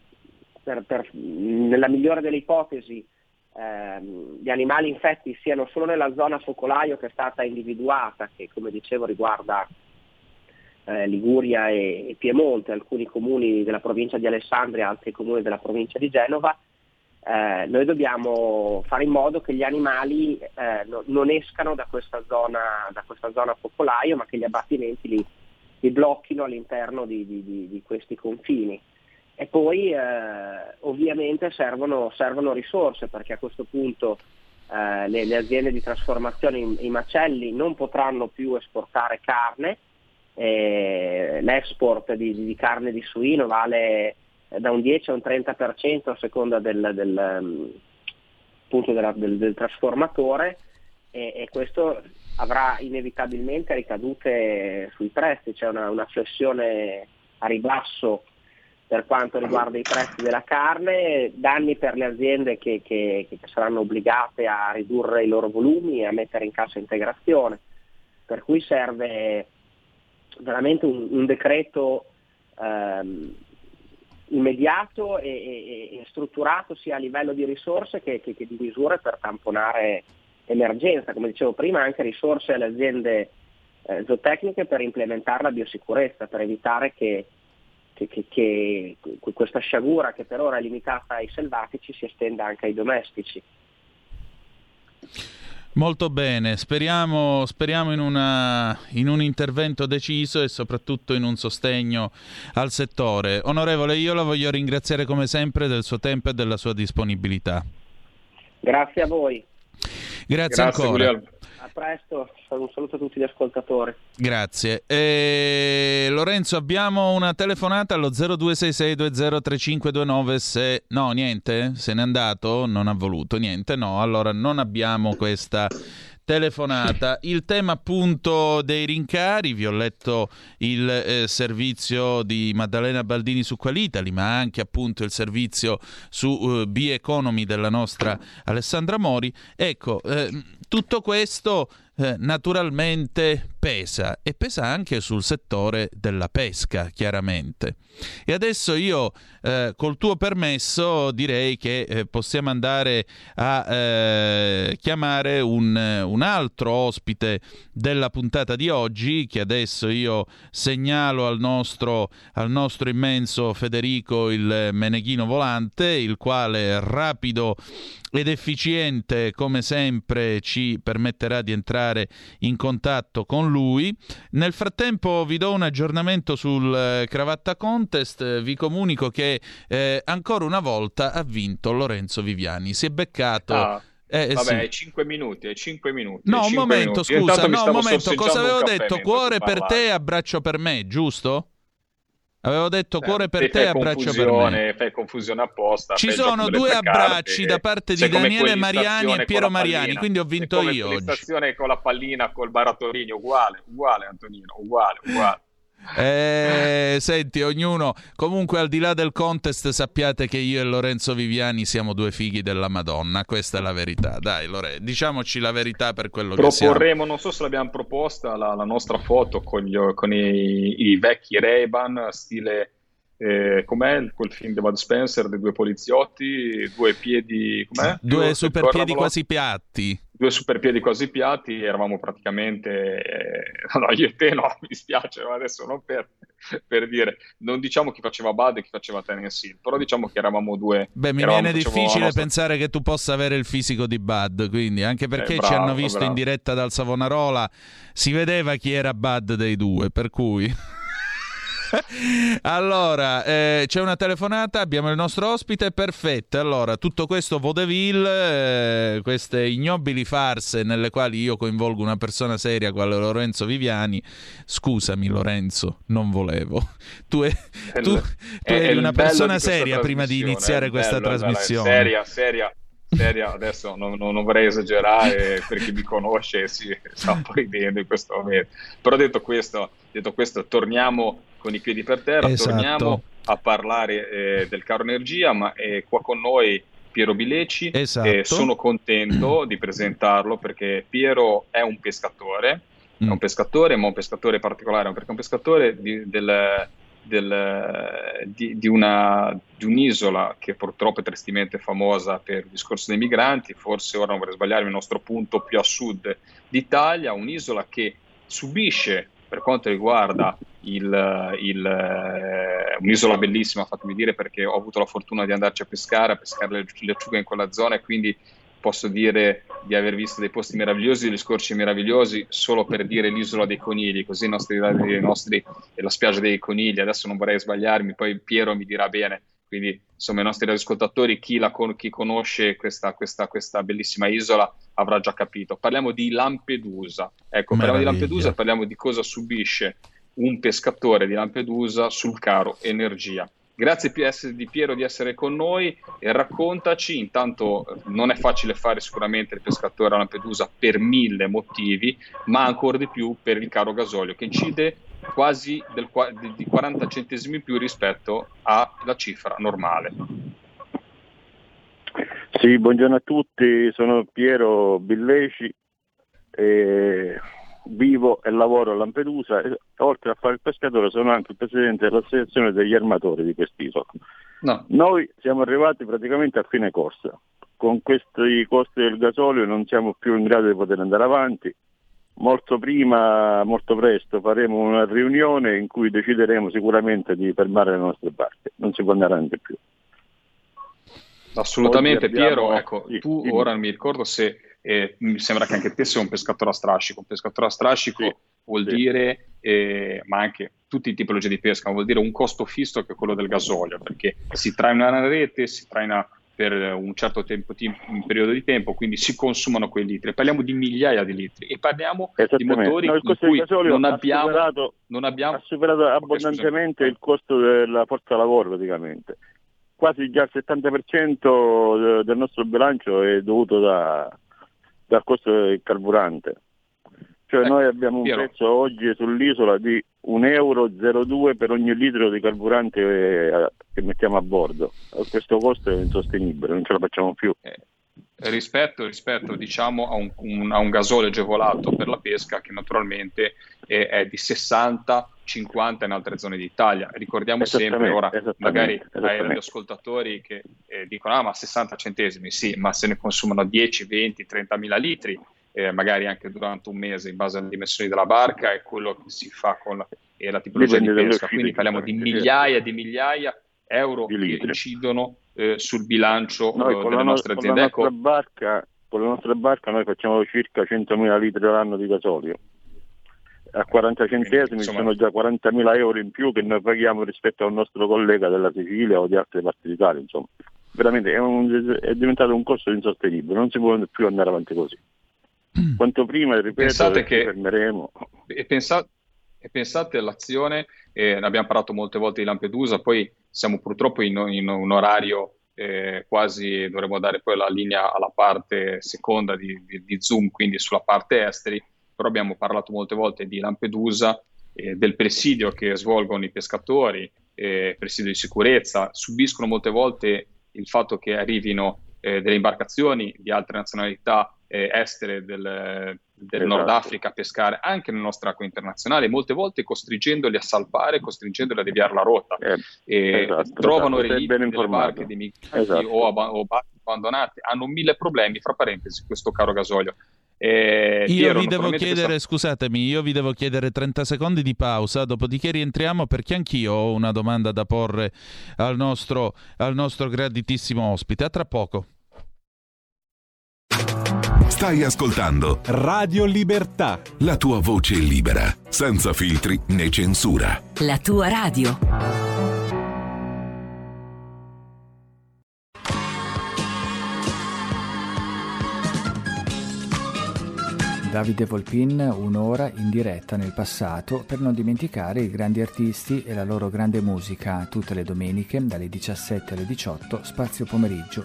nella migliore delle ipotesi gli animali infetti siano solo nella zona focolaio che è stata individuata, che come dicevo riguarda Liguria e Piemonte, alcuni comuni della provincia di Alessandria, altri comuni della provincia di Genova, noi dobbiamo fare in modo che gli animali non escano da questa zona focolaio, ma che gli abbattimenti li blocchino all'interno di questi confini. E poi ovviamente servono risorse, perché a questo punto le aziende di trasformazione, i macelli, non potranno più esportare carne. L'export di carne di suino vale da un 10 a un 30% a seconda del trasformatore, e questo avrà inevitabilmente ricadute sui prezzi. C'è una flessione a ribasso per quanto riguarda i prezzi della carne, danni per le aziende che saranno obbligate a ridurre i loro volumi e a mettere in cassa integrazione, per cui serve veramente un decreto immediato e strutturato sia a livello di risorse che di misure per tamponare emergenza. Come dicevo prima, anche risorse alle aziende zootecniche per implementare la biosicurezza, per evitare che questa sciagura, che per ora è limitata ai selvatici, si estenda anche ai domestici. Molto bene, speriamo in un intervento deciso e soprattutto in un sostegno al settore. Onorevole, io la voglio ringraziare come sempre del suo tempo e della sua disponibilità. Grazie a voi. Grazie ancora. Guglielmo. A presto, un saluto a tutti gli ascoltatori. Grazie. Lorenzo, abbiamo una telefonata allo 0266203529. No, niente? Se n'è andato? Non ha voluto? Niente? No, allora non abbiamo questa telefonata. Il tema appunto dei rincari, vi ho letto il servizio di Maddalena Baldini su Qualitali, ma anche appunto il servizio su B-Economy della nostra Alessandra Mori. Ecco, tutto questo naturalmente pesa, e pesa anche sul settore della pesca, chiaramente. E adesso io col tuo permesso direi che possiamo andare a chiamare un altro ospite della puntata di oggi, che adesso io segnalo al nostro immenso Federico il Meneghino Volante, il quale rapido ed efficiente come sempre ci permetterà di entrare in contatto con lui. Nel frattempo vi do un aggiornamento sul Cravatta Contest. Vi comunico che ancora una volta ha vinto Lorenzo Viviani. Si è beccato Vabbè, sì. 5 minuti. No, un momento, scusa, un momento, cosa avevo detto? Cuore per parlare. te, abbraccio per me, giusto? Avevo detto cuore per Te te, abbraccio per me. fai confusione apposta. Ci fai il gioco sono delle 2 tre abbracci carte, da parte di sei come Daniele quelli in Mariani e stazione con Piero la Mariani, pallina. quindi ho Sei vinto come io quelli in oggi. stazione con la pallina col barattolino, uguale Antonino, uguale. Senti, ognuno, comunque al di là del contest, sappiate che io e Lorenzo Viviani siamo 2 fighi della Madonna, questa è la verità. Dai, diciamoci la verità per quello che siamo. Proporremo, non so se l'abbiamo proposta, la nostra foto con i vecchi Ray-Ban, stile, com'è quel film di Bud Spencer, dei 2 poliziotti, 2 piedi, com'è? 2 super piedi quasi piatti. 2 super piedi quasi piatti, eravamo praticamente, no, io e te no, mi dispiace, ma adesso non per dire, non diciamo chi faceva Bud e chi faceva Tennessee, però diciamo che eravamo 2. Beh, mi viene difficile pensare che tu possa avere il fisico di Bud, quindi, anche perché ci hanno visto in diretta dal Savonarola, si vedeva chi era Bud dei 2, per cui... Allora, c'è una telefonata, abbiamo il nostro ospite, perfetto. Allora, tutto questo vaudeville, queste ignobili farse nelle quali io coinvolgo una persona seria quale Lorenzo Viviani. Scusami Lorenzo, non volevo. Tu eri una persona seria prima di iniziare questa trasmissione. Seria, adesso non vorrei esagerare, per chi mi conosce si sta un po' ridendo in questo momento, però detto questo, torniamo con i piedi per terra, esatto. Torniamo a parlare del caro energia, ma è qua con noi Piero Bileci, esatto. Sono contento di presentarlo perché Piero è un pescatore, ma un pescatore particolare, perché è un pescatore di un'isola che purtroppo è tristemente famosa per il discorso dei migranti, forse ora non vorrei sbagliarmi, il nostro punto più a sud d'Italia, un'isola che subisce, per quanto riguarda un'isola bellissima, fatemi dire, perché ho avuto la fortuna di andarci a pescare le acciughe in quella zona, e quindi posso dire di aver visto dei posti meravigliosi, degli scorci meravigliosi, solo per dire l'isola dei conigli, così i nostri la spiaggia dei conigli, adesso non vorrei sbagliarmi, poi Piero mi dirà bene, quindi insomma i nostri ascoltatori, chi conosce questa bellissima isola avrà già capito. Parliamo di Lampedusa, parliamo di Lampedusa, parliamo di cosa subisce un pescatore di Lampedusa sul caro energia. Grazie di Piero di essere con noi e raccontaci, intanto non è facile fare sicuramente il pescatore a Lampedusa per 1000 motivi, ma ancora di più per il caro gasolio che incide quasi di 40 centesimi in più rispetto alla cifra normale. Sì, buongiorno a tutti, sono Piero Billeci, vivo e lavoro a Lampedusa e oltre a fare il pescatore sono anche il presidente dell'associazione degli armatori di quest'isola. No. Noi siamo arrivati praticamente a fine corsa, con questi costi del gasolio non siamo più in grado di poter andare avanti. Molto presto faremo una riunione in cui decideremo sicuramente di fermare le nostre barche, non si può andare avanti più. Assolutamente Piero, sì, tu ora non mi ricordo se mi sembra che anche te sia un pescatore a strascico. Un pescatore a strascico sì, vuol dire, ma anche tutte le tipologie di pesca, vuol dire un costo fisso che è quello del gasolio, perché si traina una rete, si traina per un certo un periodo di tempo, quindi si consumano quei litri. Parliamo di migliaia di litri e parliamo di motori in cui non abbiamo ha superato abbondantemente il costo della forza lavoro praticamente. Quasi già il 70% del nostro bilancio è dovuto dal costo del carburante. Cioè noi abbiamo un Piero, prezzo oggi sull'isola di €1,02 per ogni litro di carburante che mettiamo a bordo. Questo costo è insostenibile, non ce la facciamo più. Rispetto diciamo a un gasolio agevolato per la pesca che naturalmente è di 60-50 in altre zone d'Italia. Ricordiamo sempre, ora magari ai radioascoltatori che dicono ma 60 centesimi, sì, ma se ne consumano 10, 20, 30 mila litri, magari anche durante un mese in base alle dimensioni della barca e quello che si fa con la tipologia di pesca. Quindi parliamo di migliaia euro che incidono sul bilancio delle nostre aziende. Con la nostra barca noi facciamo circa 100.000 litri all'anno di gasolio. A 40 centesimi sono già 40.000 euro in più che noi paghiamo rispetto al nostro collega della Sicilia o di altre parti d'Italia, insomma. veramente è diventato un costo insostenibile, non si può più andare avanti così. Quanto prima, ripeto, pensate ci fermeremo. E pensate all'azione, ne abbiamo parlato molte volte di Lampedusa, poi siamo purtroppo in un orario quasi, dovremmo dare poi la linea alla parte seconda di Zoom, quindi sulla parte esteri, però abbiamo parlato molte volte di Lampedusa, del presidio che svolgono i pescatori, presidio di sicurezza, subiscono molte volte il fatto che arrivino delle imbarcazioni di altre nazionalità estere del Nord Africa a pescare anche nelle nostre acque internazionali, molte volte costringendoli a salpare, costringendoli a deviare la rotta, trovano relitti delle barche di migranti o barche abbandonate, hanno 1000 problemi, fra parentesi, questo caro gasolio. Io vi devo chiedere, scusatemi, io vi devo chiedere 30 secondi di pausa, dopodiché rientriamo, perché anch'io ho una domanda da porre al nostro graditissimo ospite. A tra poco. Stai ascoltando Radio Libertà, la tua voce libera, senza filtri né censura. La tua radio. Davide Volpin, un'ora in diretta nel passato per non dimenticare i grandi artisti e la loro grande musica, tutte le domeniche dalle 17 alle 18, spazio pomeriggio.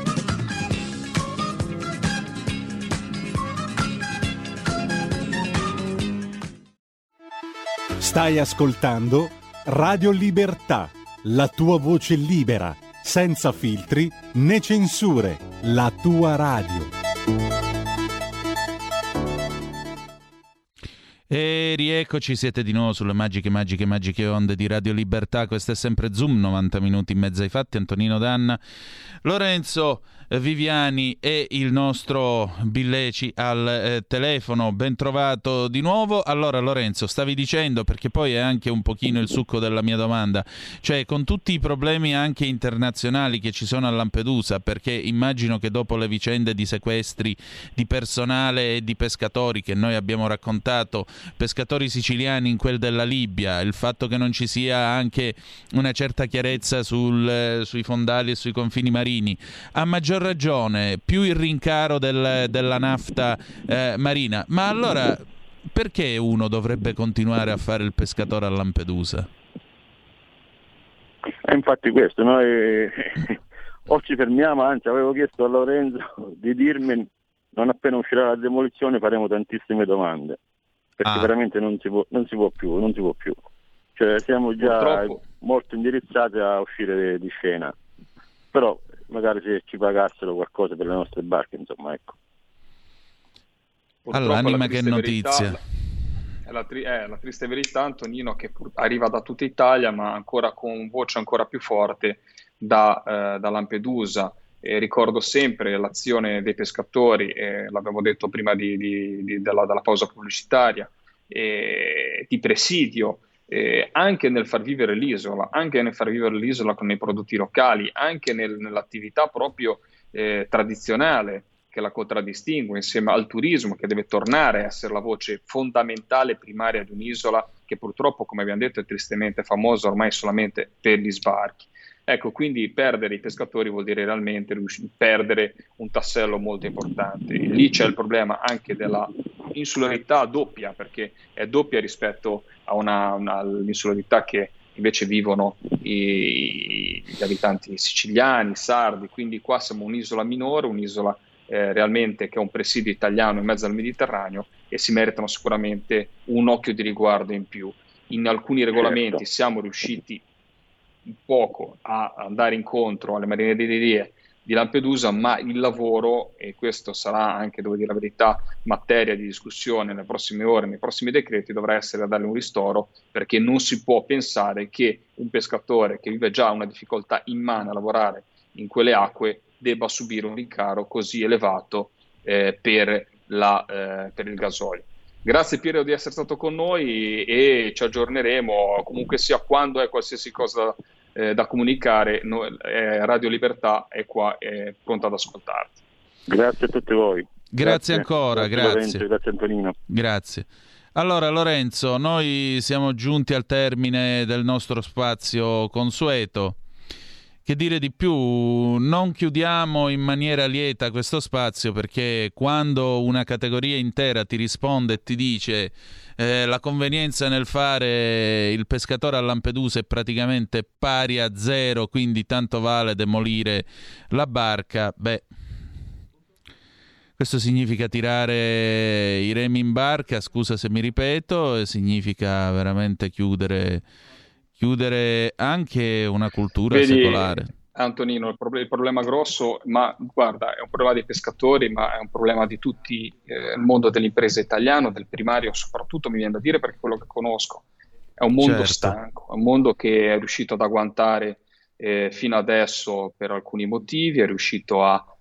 Stai ascoltando Radio Libertà, la tua voce libera, senza filtri né censure, la tua radio. E rieccoci, siete di nuovo sulle magiche onde di Radio Libertà. Questo è sempre Zoom, 90 minuti in mezzo ai fatti. Antonino Danna, Lorenzo Viviani e il nostro Billeci al telefono. Ben trovato di nuovo. Allora Lorenzo, stavi dicendo, perché poi è anche un pochino il succo della mia domanda, cioè con tutti i problemi anche internazionali che ci sono a Lampedusa, perché immagino che dopo le vicende di sequestri di personale e di pescatori che noi abbiamo raccontato, pescatori siciliani in quel della Libia, il fatto che non ci sia anche una certa chiarezza sui fondali e sui confini marini, a maggior ragione più il rincaro della nafta marina. Ma allora perché uno dovrebbe continuare a fare il pescatore a Lampedusa? Infatti questo, noi o ci fermiamo, anzi avevo chiesto a Lorenzo di dirmi, non appena uscirà la demolizione faremo tantissime domande, perché veramente non si può più. Cioè siamo già molto indirizzati a uscire di scena, però magari se ci pagassero qualcosa per le nostre barche, insomma, ecco. All'anima che notizia. È la triste verità, Antonino, che arriva da tutta Italia, ma ancora con voce ancora più forte da Lampedusa. Ricordo sempre l'azione dei pescatori, l'abbiamo detto prima della pausa pubblicitaria, di presidio, anche nel far vivere l'isola, con i prodotti locali, anche nell'attività proprio tradizionale che la contraddistingue, insieme al turismo che deve tornare a essere la voce fondamentale primaria di un'isola che purtroppo, come abbiamo detto, è tristemente famosa ormai solamente per gli sbarchi. Ecco, quindi perdere i pescatori vuol dire realmente perdere un tassello molto importante. Lì c'è il problema anche della insularità doppia, perché è doppia rispetto a un'insularità che invece vivono gli abitanti siciliani, sardi, quindi qua siamo un'isola minore, un'isola realmente che è un presidio italiano in mezzo al Mediterraneo, e si meritano sicuramente un occhio di riguardo in più. In alcuni regolamenti siamo riusciti un poco a andare incontro alle marinerie di Lampedusa, ma il lavoro, e questo sarà anche, devo dire la verità, materia di discussione nelle prossime ore, nei prossimi decreti, dovrà essere a darle un ristoro, perché non si può pensare che un pescatore che vive già una difficoltà immane a lavorare in quelle acque debba subire un rincaro così elevato per il gasolio. Grazie Piero di essere stato con noi e ci aggiorneremo comunque sia quando è qualsiasi cosa da comunicare. Radio Libertà è qua, è pronta ad ascoltarti. Grazie a tutti voi. Grazie ancora, grazie. Lorenzo, grazie Antonino. Grazie. Allora Lorenzo, noi siamo giunti al termine del nostro spazio consueto Che dire di più? Non chiudiamo in maniera lieta questo spazio, perché quando una categoria intera ti risponde e ti dice la convenienza nel fare il pescatore a Lampedusa è praticamente pari a zero, quindi tanto vale demolire la barca, questo significa tirare i remi in barca, scusa se mi ripeto, e significa veramente chiudere anche una cultura secolare. Antonino, il problema grosso, ma guarda, è un problema dei pescatori, ma è un problema di tutti il mondo dell'impresa italiano, del primario soprattutto, mi viene da dire, perché è quello che conosco. È un mondo stanco, è un mondo che è riuscito ad agguantare fino adesso per alcuni motivi, è riuscito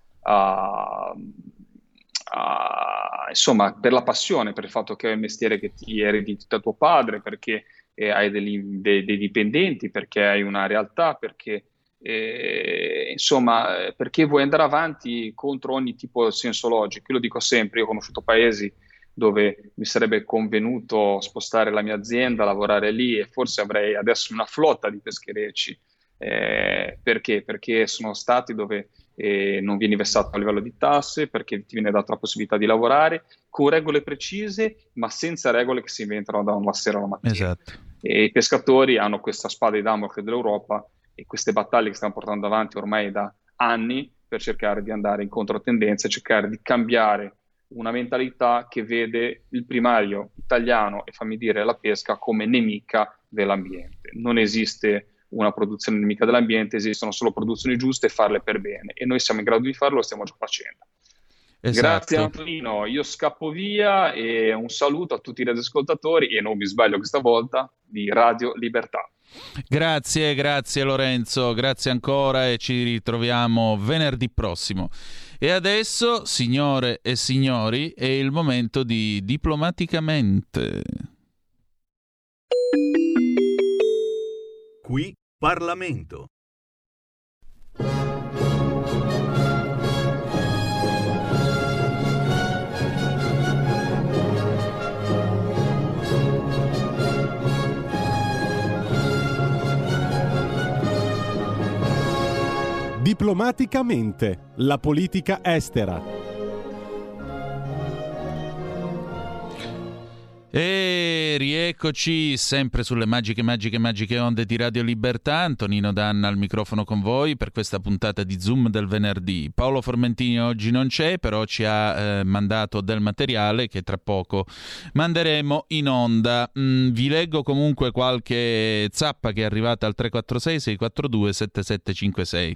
insomma, per la passione, per il fatto che è un mestiere che ti erediti da tuo padre, perché hai dei dipendenti, perché hai una realtà, perché insomma, perché vuoi andare avanti contro ogni tipo di senso logico. Io lo dico sempre, io ho conosciuto paesi dove mi sarebbe convenuto spostare la mia azienda, lavorare lì, e forse avrei adesso una flotta di pescherecci. Perché? Perché sono stati dove non vieni versato a livello di tasse, perché ti viene data la possibilità di lavorare con regole precise, ma senza regole che si inventano da una sera alla mattina. Esatto. E i pescatori hanno questa spada di Damocle dell'Europa e queste battaglie che stiamo portando avanti ormai da anni per cercare di andare in controtendenza e cercare di cambiare una mentalità che vede il primario italiano, e fammi dire la pesca, come nemica dell'ambiente. Non esiste una produzione nemica dell'ambiente, esistono solo produzioni giuste e farle per bene, e noi siamo in grado di farlo, lo stiamo già facendo. Esatto. Grazie Antonino, io scappo via, e un saluto a tutti i radioascoltatori, e non mi sbaglio questa volta, di Radio Libertà. Grazie Lorenzo, grazie ancora, e ci ritroviamo venerdì prossimo. E adesso, signore e signori, è il momento di Diplomaticamente. Qui Parlamento. Diplomaticamente, la politica estera. E rieccoci sempre sulle magiche onde di Radio Libertà. Antonino Danna al microfono con voi per questa puntata di Zoom del venerdì. Paolo Formentini oggi non c'è, però ci ha mandato del materiale che tra poco manderemo in onda. Vi leggo comunque qualche zappa che è arrivata al 346-642-7756.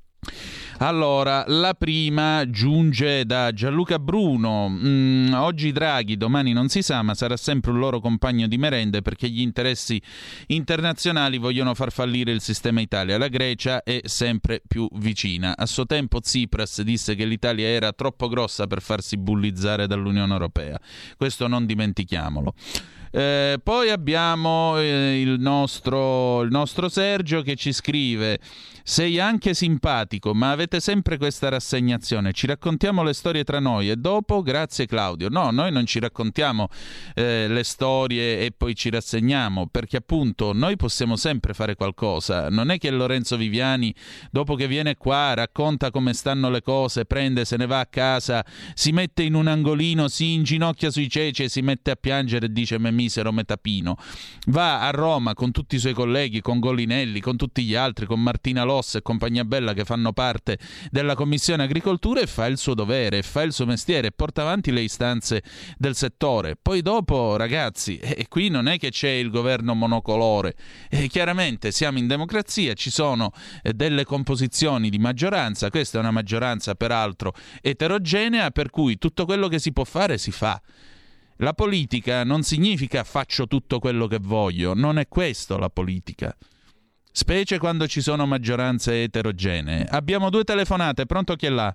Allora, la prima giunge da Gianluca Bruno. Oggi Draghi, domani non si sa, ma sarà sempre un loro compagno di merende, perché gli interessi internazionali vogliono far fallire il sistema Italia. La Grecia è sempre più vicina. A suo tempo Tsipras disse che l'Italia era troppo grossa per farsi bullizzare dall'Unione Europea. Questo non dimentichiamolo. Poi abbiamo il nostro Sergio che ci scrive: sei anche simpatico, ma avete sempre questa rassegnazione, ci raccontiamo le storie tra noi e dopo grazie Claudio. No, noi non ci raccontiamo le storie e poi ci rassegniamo, perché appunto noi possiamo sempre fare qualcosa. Non è che Lorenzo Viviani, dopo che viene qua, racconta come stanno le cose, prende, se ne va a casa, si mette in un angolino, si inginocchia sui ceci e si mette a piangere e dice me misero metapino. Va a Roma con tutti i suoi colleghi, con Gollinelli, con tutti gli altri, con Martina Loss e compagnia bella che fanno parte della Commissione Agricoltura, e fa il suo dovere, fa il suo mestiere, porta avanti le istanze del settore. Poi dopo, ragazzi, qui non è che c'è il governo monocolore, chiaramente siamo in democrazia, ci sono delle composizioni di maggioranza, questa è una maggioranza peraltro eterogenea, per cui tutto quello che si può fare si fa. La politica non significa faccio tutto quello che voglio, non è questo la politica, specie quando ci sono maggioranze eterogenee. Abbiamo 2 telefonate, pronto, chi è là?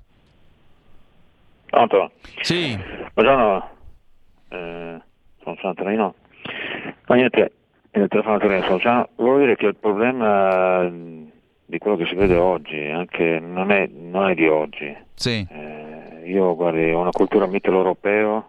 Pronto? Sì. Buongiorno, sono Santorino. Ma niente, il telefono Torino sono volevo dire che il problema di quello che si vede oggi anche non è di oggi. Sì. Io guardi, ho una cultura mitteleuropea,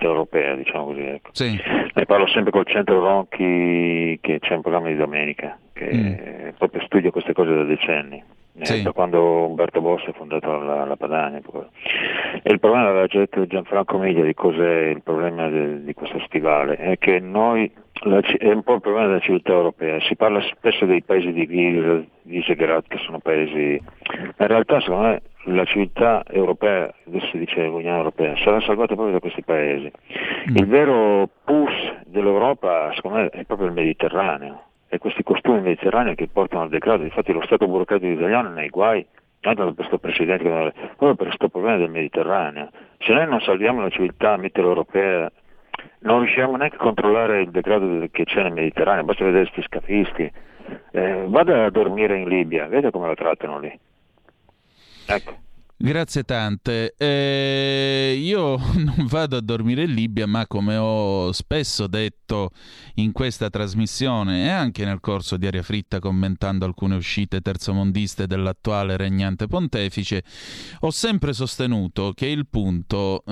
diciamo così, ecco. Sì. Ne parlo sempre col Centro Ronchi, che c'è un programma di domenica, che proprio studia queste cose da decenni. Sì. Da quando Umberto Bossi ha fondato la Padania. E il problema, aveva già detto Gianfranco Miglia, di cos'è il problema di questo stivale, è che noi, è un po' il problema della civiltà europea, si parla spesso dei paesi di Visegrad, che sono paesi, ma in realtà secondo me la civiltà europea, adesso si dice l'Unione Europea, sarà salvata proprio da questi paesi. Il vero push dell'Europa secondo me è proprio il Mediterraneo, e questi costumi mediterranei che portano al degrado. Infatti lo Stato burocratico italiano è nei guai, non tanto per questo Presidente, proprio per questo problema del Mediterraneo. Se noi non salviamo la civiltà mitteleuropea, non riusciamo neanche a controllare il degrado che c'è nel Mediterraneo. Basta vedere questi scafisti. Vada a dormire in Libia, vede come la trattano lì. Ecco. Grazie tante. Io non vado a dormire in Libia, ma come ho spesso detto in questa trasmissione e anche nel corso di Aria Fritta, commentando alcune uscite terzomondiste dell'attuale regnante pontefice, ho sempre sostenuto che il punto...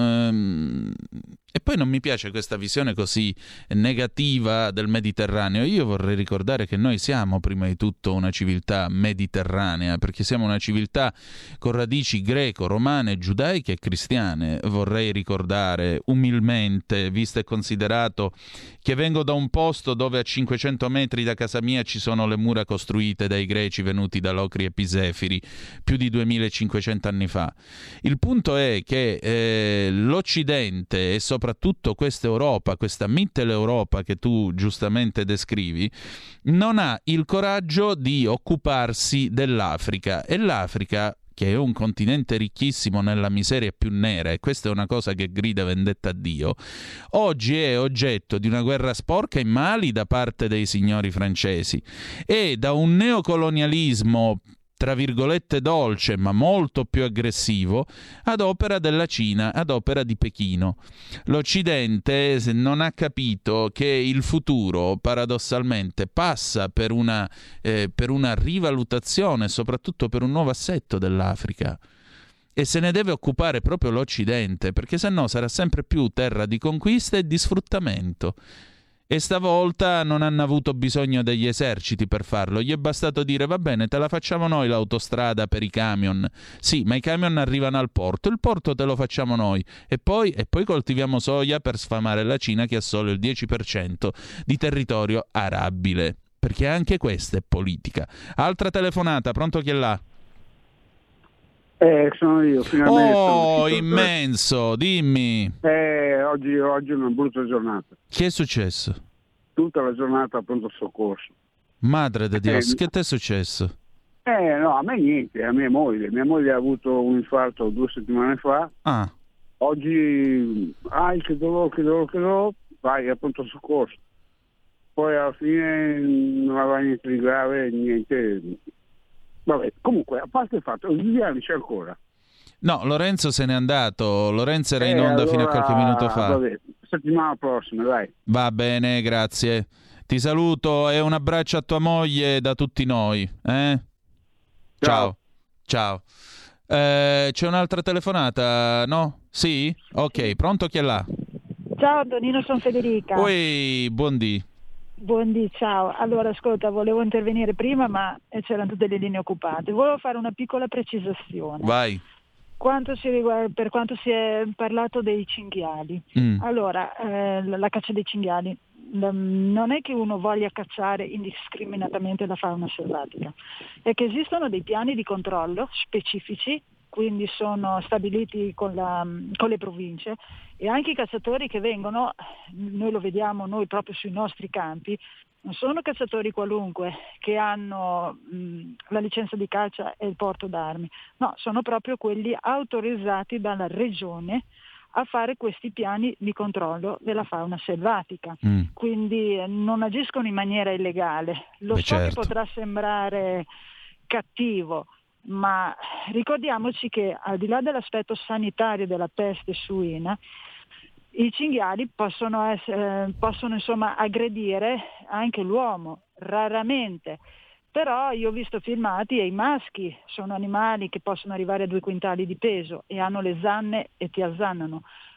E poi non mi piace questa visione così negativa del Mediterraneo. Io vorrei ricordare che noi siamo prima di tutto una civiltà mediterranea, perché siamo una civiltà con radici greco-romane, giudaiche e cristiane. Vorrei ricordare umilmente, visto e considerato che vengo da un posto dove a 500 metri da casa mia ci sono le mura costruite dai greci venuti da Locri e Pisefiri più di 2500 anni fa. Il punto è che l'Occidente e soprattutto questa Europa, questa Mitteleuropa che tu giustamente descrivi, non ha il coraggio di occuparsi dell'Africa, e l'Africa, che è un continente ricchissimo nella miseria più nera, e questa è una cosa che grida vendetta a Dio, oggi è oggetto di una guerra sporca in Mali da parte dei signori francesi e da un neocolonialismo tra virgolette dolce, ma molto più aggressivo, ad opera della Cina, ad opera di Pechino. L'Occidente non ha capito che il futuro, paradossalmente, passa per una rivalutazione, soprattutto per un nuovo assetto dell'Africa. E se ne deve occupare proprio l'Occidente, perché sennò sarà sempre più terra di conquista e di sfruttamento. E stavolta non hanno avuto bisogno degli eserciti per farlo, gli è bastato dire va bene, te la facciamo noi l'autostrada per i camion, sì, ma i camion arrivano al porto, il porto te lo facciamo noi, e poi coltiviamo soia per sfamare la Cina che ha solo il 10% di territorio arabile, perché anche questa è politica. Altra telefonata, pronto, chi è là? Sono io, finalmente. Oh, immenso, dimmi. Oggi è una brutta giornata. Che è successo? Tutta la giornata a pronto soccorso. Madre di Dio, che ti è successo? No, a me niente, a mia moglie. Mia moglie ha avuto un infarto 2 settimane fa. Ah. Oggi, che dolore, vai a pronto soccorso. Poi alla fine non aveva niente di grave, niente. Vabbè, comunque, a parte il fatto, Viviani c'è ancora. No, Lorenzo se n'è andato. Lorenzo era in onda fino a qualche minuto fa. Vabbè, settimana prossima, dai. Va bene, grazie. Ti saluto e un abbraccio a tua moglie da tutti noi. Ciao. C'è un'altra telefonata, no? Sì? Ok, pronto, chi è là? Ciao Donino, sono Federica. Oi, buondì. Buondì, ciao. Allora, ascolta, volevo intervenire prima, ma c'erano tutte le linee occupate. Volevo fare una piccola precisazione. Vai. Per quanto si è parlato dei cinghiali. Allora, la caccia dei cinghiali. Non è che uno voglia cacciare indiscriminatamente la fauna selvatica, è che esistono dei piani di controllo specifici, quindi sono stabiliti con le province, e anche i cacciatori che vengono, noi lo vediamo noi proprio sui nostri campi, non sono cacciatori qualunque che hanno la licenza di caccia e il porto d'armi, no, sono proprio quelli autorizzati dalla regione a fare questi piani di controllo della fauna selvatica, quindi non agiscono in maniera illegale. Che potrà sembrare cattivo, ma ricordiamoci che al di là dell'aspetto sanitario della peste suina, i cinghiali possono insomma aggredire anche l'uomo, raramente. Però io ho visto filmati e i maschi sono animali che possono arrivare a 2 quintali di peso e hanno le zanne e ti azzannano.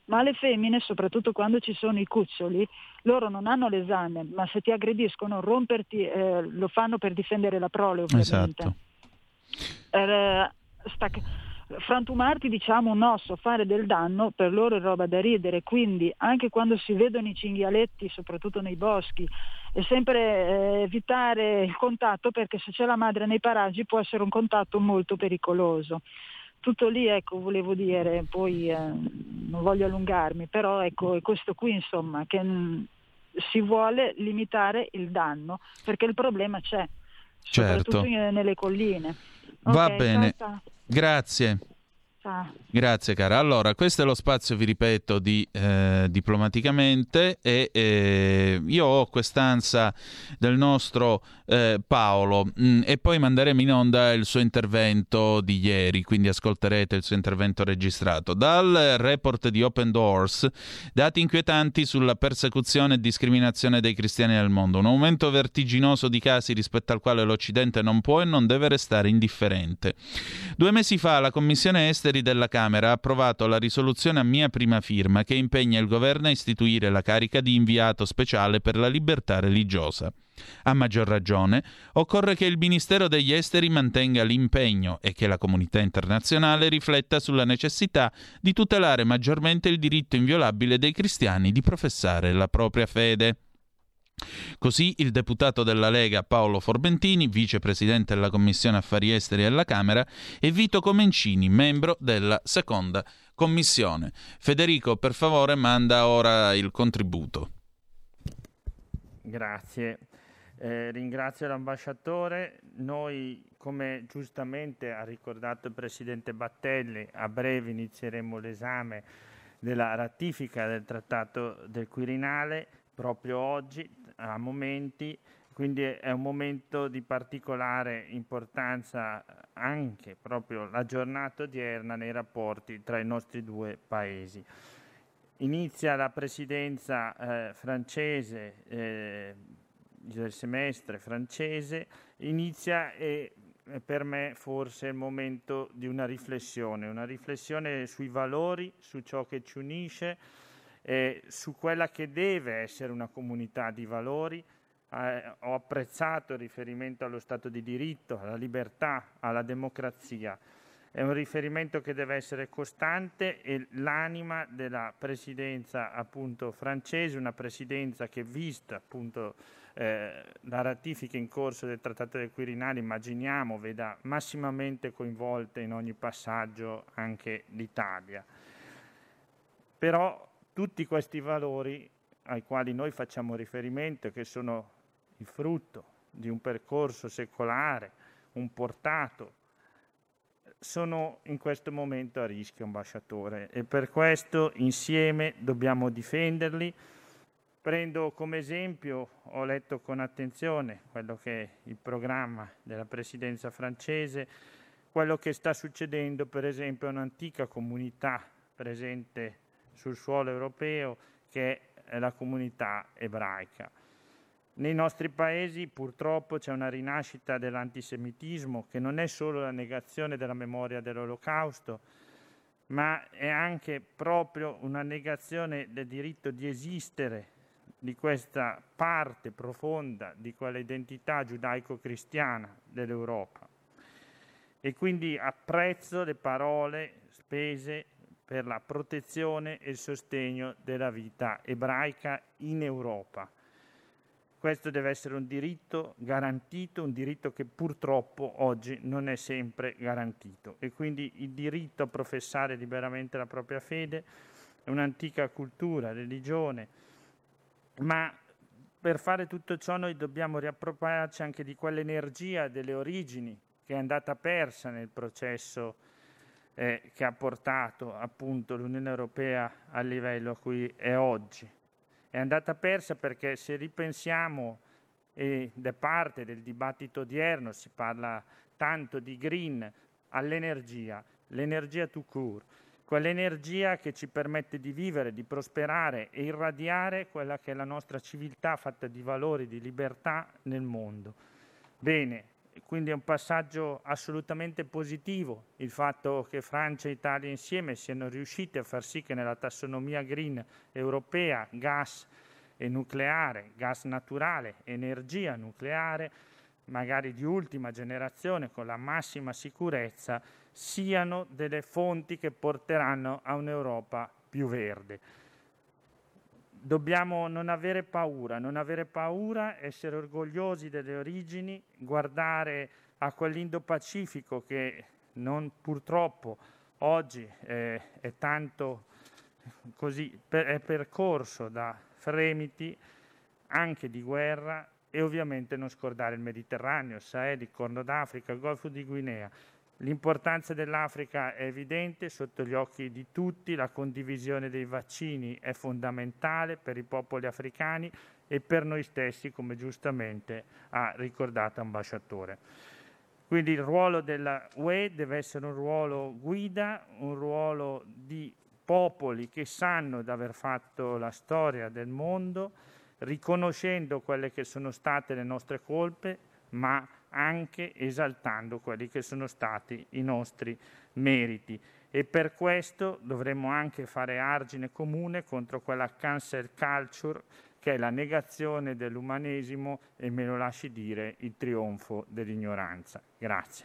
ma le femmine, soprattutto quando ci sono i cuccioli, loro non hanno l'esame, ma se ti aggrediscono romperti, lo fanno per difendere la prole, ovviamente. Esatto. Frantumarti, diciamo, un osso, fare del danno, per loro è roba da ridere, quindi anche quando si vedono i cinghialetti, soprattutto nei boschi, è sempre evitare il contatto, perché se c'è la madre nei paraggi può essere un contatto molto pericoloso. Tutto lì, ecco, volevo dire, poi non voglio allungarmi, però ecco, è questo qui, insomma, che si vuole limitare il danno, perché il problema c'è, soprattutto nelle colline. Va Okay, bene, ciao. grazie. Ciao. Grazie cara. Allora, questo è lo spazio, vi ripeto, di Diplomaticamente, e io ho quest'ansia del nostro Paolo, e poi manderemo in onda il suo intervento di ieri, quindi ascolterete il suo intervento registrato. Dal report di Open Doors, dati inquietanti sulla persecuzione e discriminazione dei cristiani nel mondo, un aumento vertiginoso di casi rispetto al quale l'Occidente non può e non deve restare indifferente. 2 mesi fa la Commissione Esteri della Camera ha approvato la risoluzione a mia prima firma che impegna il governo a istituire la carica di inviato speciale per la libertà religiosa. A maggior ragione, occorre che il Ministero degli Esteri mantenga l'impegno e che la comunità internazionale rifletta sulla necessità di tutelare maggiormente il diritto inviolabile dei cristiani di professare la propria fede. Così il deputato della Lega Paolo Forbentini, vicepresidente della Commissione Affari Esteri della Camera, e Vito Comencini, membro della seconda commissione. Federico, per favore, manda ora il contributo. Grazie. Ringrazio l'ambasciatore. Noi, come giustamente ha ricordato il Presidente Battelli, a breve inizieremo l'esame della ratifica del Trattato del Quirinale, proprio oggi, a momenti, quindi è un momento di particolare importanza anche proprio la giornata odierna nei rapporti tra i nostri 2 paesi. Inizia la presidenza francese, del semestre francese, inizia e per me forse è il momento di una riflessione sui valori, su ciò che ci unisce, su quella che deve essere una comunità di valori. Ho apprezzato il riferimento allo Stato di diritto, alla libertà, alla democrazia. È un riferimento che deve essere costante e l'anima della presidenza appunto francese, una presidenza che, vista appunto la ratifica in corso del Trattato del Quirinale, immaginiamo veda massimamente coinvolta in ogni passaggio anche l'Italia. Però tutti questi valori ai quali noi facciamo riferimento, che sono il frutto di un percorso secolare, un portato, sono in questo momento a rischio, ambasciatore, e per questo insieme dobbiamo difenderli. Prendo come esempio, ho letto con attenzione quello che è il programma della presidenza francese, quello che sta succedendo per esempio a un'antica comunità presente sul suolo europeo, che è la comunità ebraica. Nei nostri paesi purtroppo c'è una rinascita dell'antisemitismo, che non è solo la negazione della memoria dell'Olocausto, ma è anche proprio una negazione del diritto di esistere di questa parte profonda di quella identità giudaico-cristiana dell'Europa. E quindi apprezzo le parole spese per la protezione e il sostegno della vita ebraica in Europa. Questo deve essere un diritto garantito, un diritto che purtroppo oggi non è sempre garantito. E quindi il diritto a professare liberamente la propria fede è un'antica cultura, religione, ma per fare tutto ciò noi dobbiamo riappropriarci anche di quell'energia delle origini che è andata persa nel processo che ha portato appunto l'Unione Europea al livello a cui è oggi. È andata persa perché, se ripensiamo, ed è parte del dibattito odierno, si parla tanto di green, all'energia, l'energia tout court, quell'energia che ci permette di vivere, di prosperare e irradiare quella che è la nostra civiltà fatta di valori, di libertà nel mondo. Bene, Quindi è un passaggio assolutamente positivo il fatto che Francia e Italia insieme siano riusciti a far sì che nella tassonomia green europea gas e nucleare, gas naturale, energia nucleare, magari di ultima generazione con la massima sicurezza, siano delle fonti che porteranno a un'Europa più verde. Dobbiamo non avere paura, essere orgogliosi delle origini, guardare a quell'Indo-Pacifico che purtroppo oggi è tanto così, è percorso da fremiti anche di guerra, e ovviamente non scordare il Mediterraneo, Sahel, il Corno d'Africa, il Golfo di Guinea. L'importanza dell'Africa è evidente sotto gli occhi di tutti, la condivisione dei vaccini è fondamentale per i popoli africani e per noi stessi, come giustamente ha ricordato ambasciatore. Quindi il ruolo della UE deve essere un ruolo guida, un ruolo di popoli che sanno di aver fatto la storia del mondo, riconoscendo quelle che sono state le nostre colpe, ma anche esaltando quelli che sono stati i nostri meriti. E per questo dovremmo anche fare argine comune contro quella cancel culture che è la negazione dell'umanesimo e, me lo lasci dire, il trionfo dell'ignoranza. Grazie.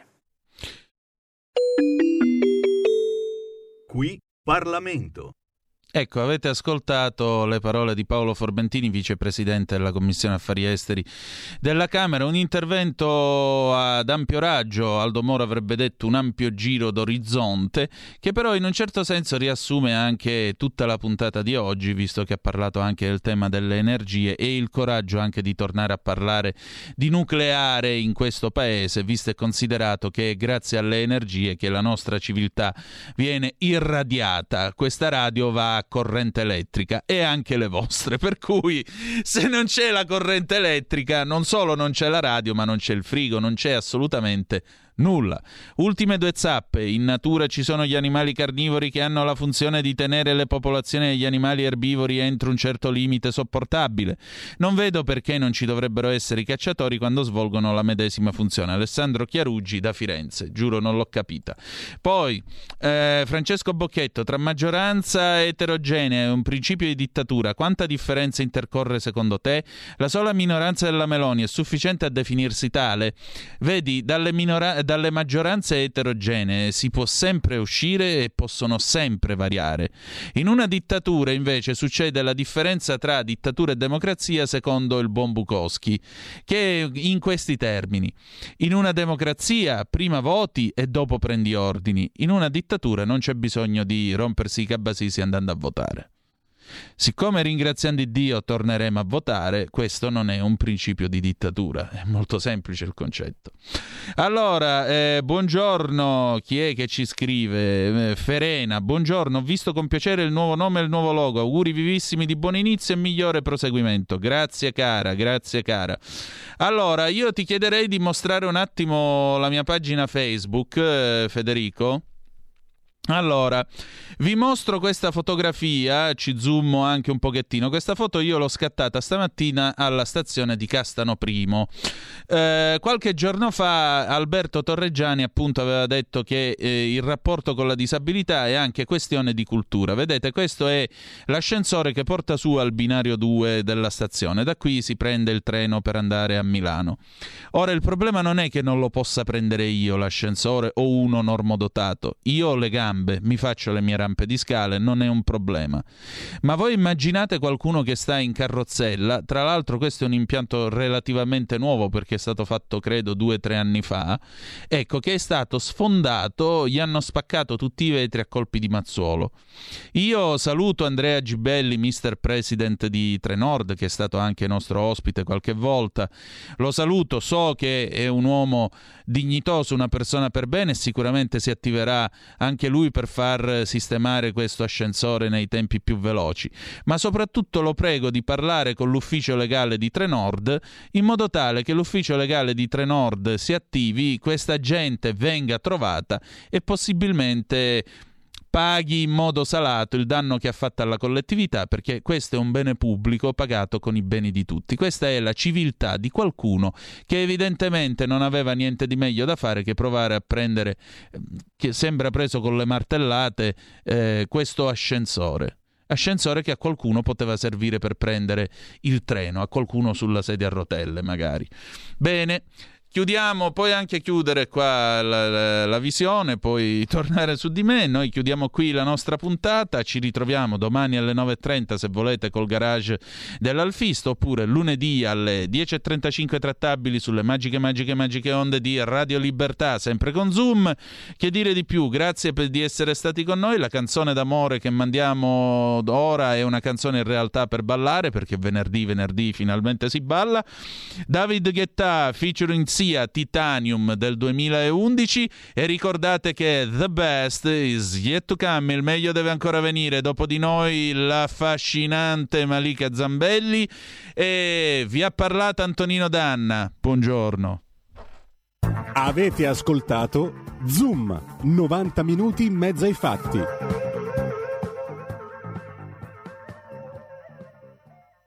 Qui Parlamento. Ecco, avete ascoltato le parole di Paolo Formentini, vicepresidente della Commissione Affari Esteri della Camera, un intervento ad ampio raggio, Aldo Moro avrebbe detto un ampio giro d'orizzonte, che però in un certo senso riassume anche tutta la puntata di oggi, visto che ha parlato anche del tema delle energie e il coraggio anche di tornare a parlare di nucleare in questo paese, visto e considerato che è grazie alle energie che la nostra civiltà viene irradiata. Questa radio va a corrente elettrica e anche le vostre, per cui se non c'è la corrente elettrica non solo non c'è la radio, ma non c'è il frigo, non c'è assolutamente nulla. Ultime due zappe: in natura ci sono gli animali carnivori che hanno la funzione di tenere le popolazioni degli animali erbivori entro un certo limite sopportabile. Non vedo perché non ci dovrebbero essere i cacciatori quando svolgono la medesima funzione. Alessandro Chiaruggi da Firenze, giuro non l'ho capita. Poi Francesco Bocchetto: tra maggioranza eterogenea e un principio di dittatura, quanta differenza intercorre secondo te? La sola minoranza della Meloni è sufficiente a definirsi tale? Vedi, dalle maggioranze eterogenee si può sempre uscire e possono sempre variare. In una dittatura invece succede la differenza tra dittatura e democrazia secondo il buon Bukowski, che è in questi termini: in una democrazia prima voti e dopo prendi ordini, in una dittatura non c'è bisogno di rompersi i cabasisi andando a votare. Siccome ringraziando Dio torneremo a votare, questo non è un principio di dittatura, è molto semplice il concetto. Allora, buongiorno, chi è che ci scrive? Ferena, buongiorno, ho visto con piacere il nuovo nome e il nuovo logo, auguri vivissimi di buon inizio e migliore proseguimento. Grazie cara, grazie cara. Allora, io ti chiederei di mostrare un attimo la mia pagina Facebook, Federico. Allora, vi mostro questa fotografia, ci zoom anche un pochettino. Questa foto io l'ho scattata stamattina alla stazione di Castano Primo. Qualche giorno fa Alberto Torreggiani appunto aveva detto che il rapporto con la disabilità è anche questione di cultura. Vedete, questo è l'ascensore che porta su al binario 2 della stazione. Da qui si prende il treno per andare a Milano. Ora, il problema non è che non lo possa prendere io l'ascensore o uno normodotato. Io ho le gambe, mi faccio le mie rampe di scale, non è un problema. Ma voi immaginate qualcuno che sta in carrozzella, tra l'altro questo è un impianto relativamente nuovo perché è stato fatto credo 2 o 3 anni fa, ecco, che è stato sfondato, gli hanno spaccato tutti i vetri a colpi di mazzuolo. Io saluto Andrea Gibelli, Mr. President di Trenord, che è stato anche nostro ospite qualche volta, lo saluto, so che è un uomo dignitoso, una persona per bene, e sicuramente si attiverà anche lui per far sistemare questo ascensore nei tempi più veloci, ma soprattutto lo prego di parlare con l'ufficio legale di Trenord in modo tale che l'ufficio legale di Trenord si attivi, questa gente venga trovata e possibilmente paghi in modo salato il danno che ha fatto alla collettività, perché questo è un bene pubblico pagato con i beni di tutti. Questa è la civiltà di qualcuno che evidentemente non aveva niente di meglio da fare che provare a prendere, che sembra preso con le martellate, questo ascensore che a qualcuno poteva servire per prendere il treno, a qualcuno sulla sedia a rotelle magari. Bene, chiudiamo, puoi anche chiudere qua la visione, puoi tornare su di me. Noi chiudiamo qui la nostra puntata, ci ritroviamo domani alle 9.30 se volete col garage dell'Alfisto, oppure lunedì alle 10.35 trattabili sulle magiche onde di Radio Libertà, sempre con Zoom. Che dire di più? Grazie di essere stati con noi. La canzone d'amore che mandiamo ora è una canzone in realtà per ballare, perché venerdì finalmente si balla. David Guetta featuring Titanium del 2011, e ricordate che the best is yet to come, il meglio deve ancora venire. Dopo di noi l'affascinante Malika Zambelli, e vi ha parlato Antonino Danna. Buongiorno. Avete ascoltato Zoom, 90 minuti in mezzo ai fatti.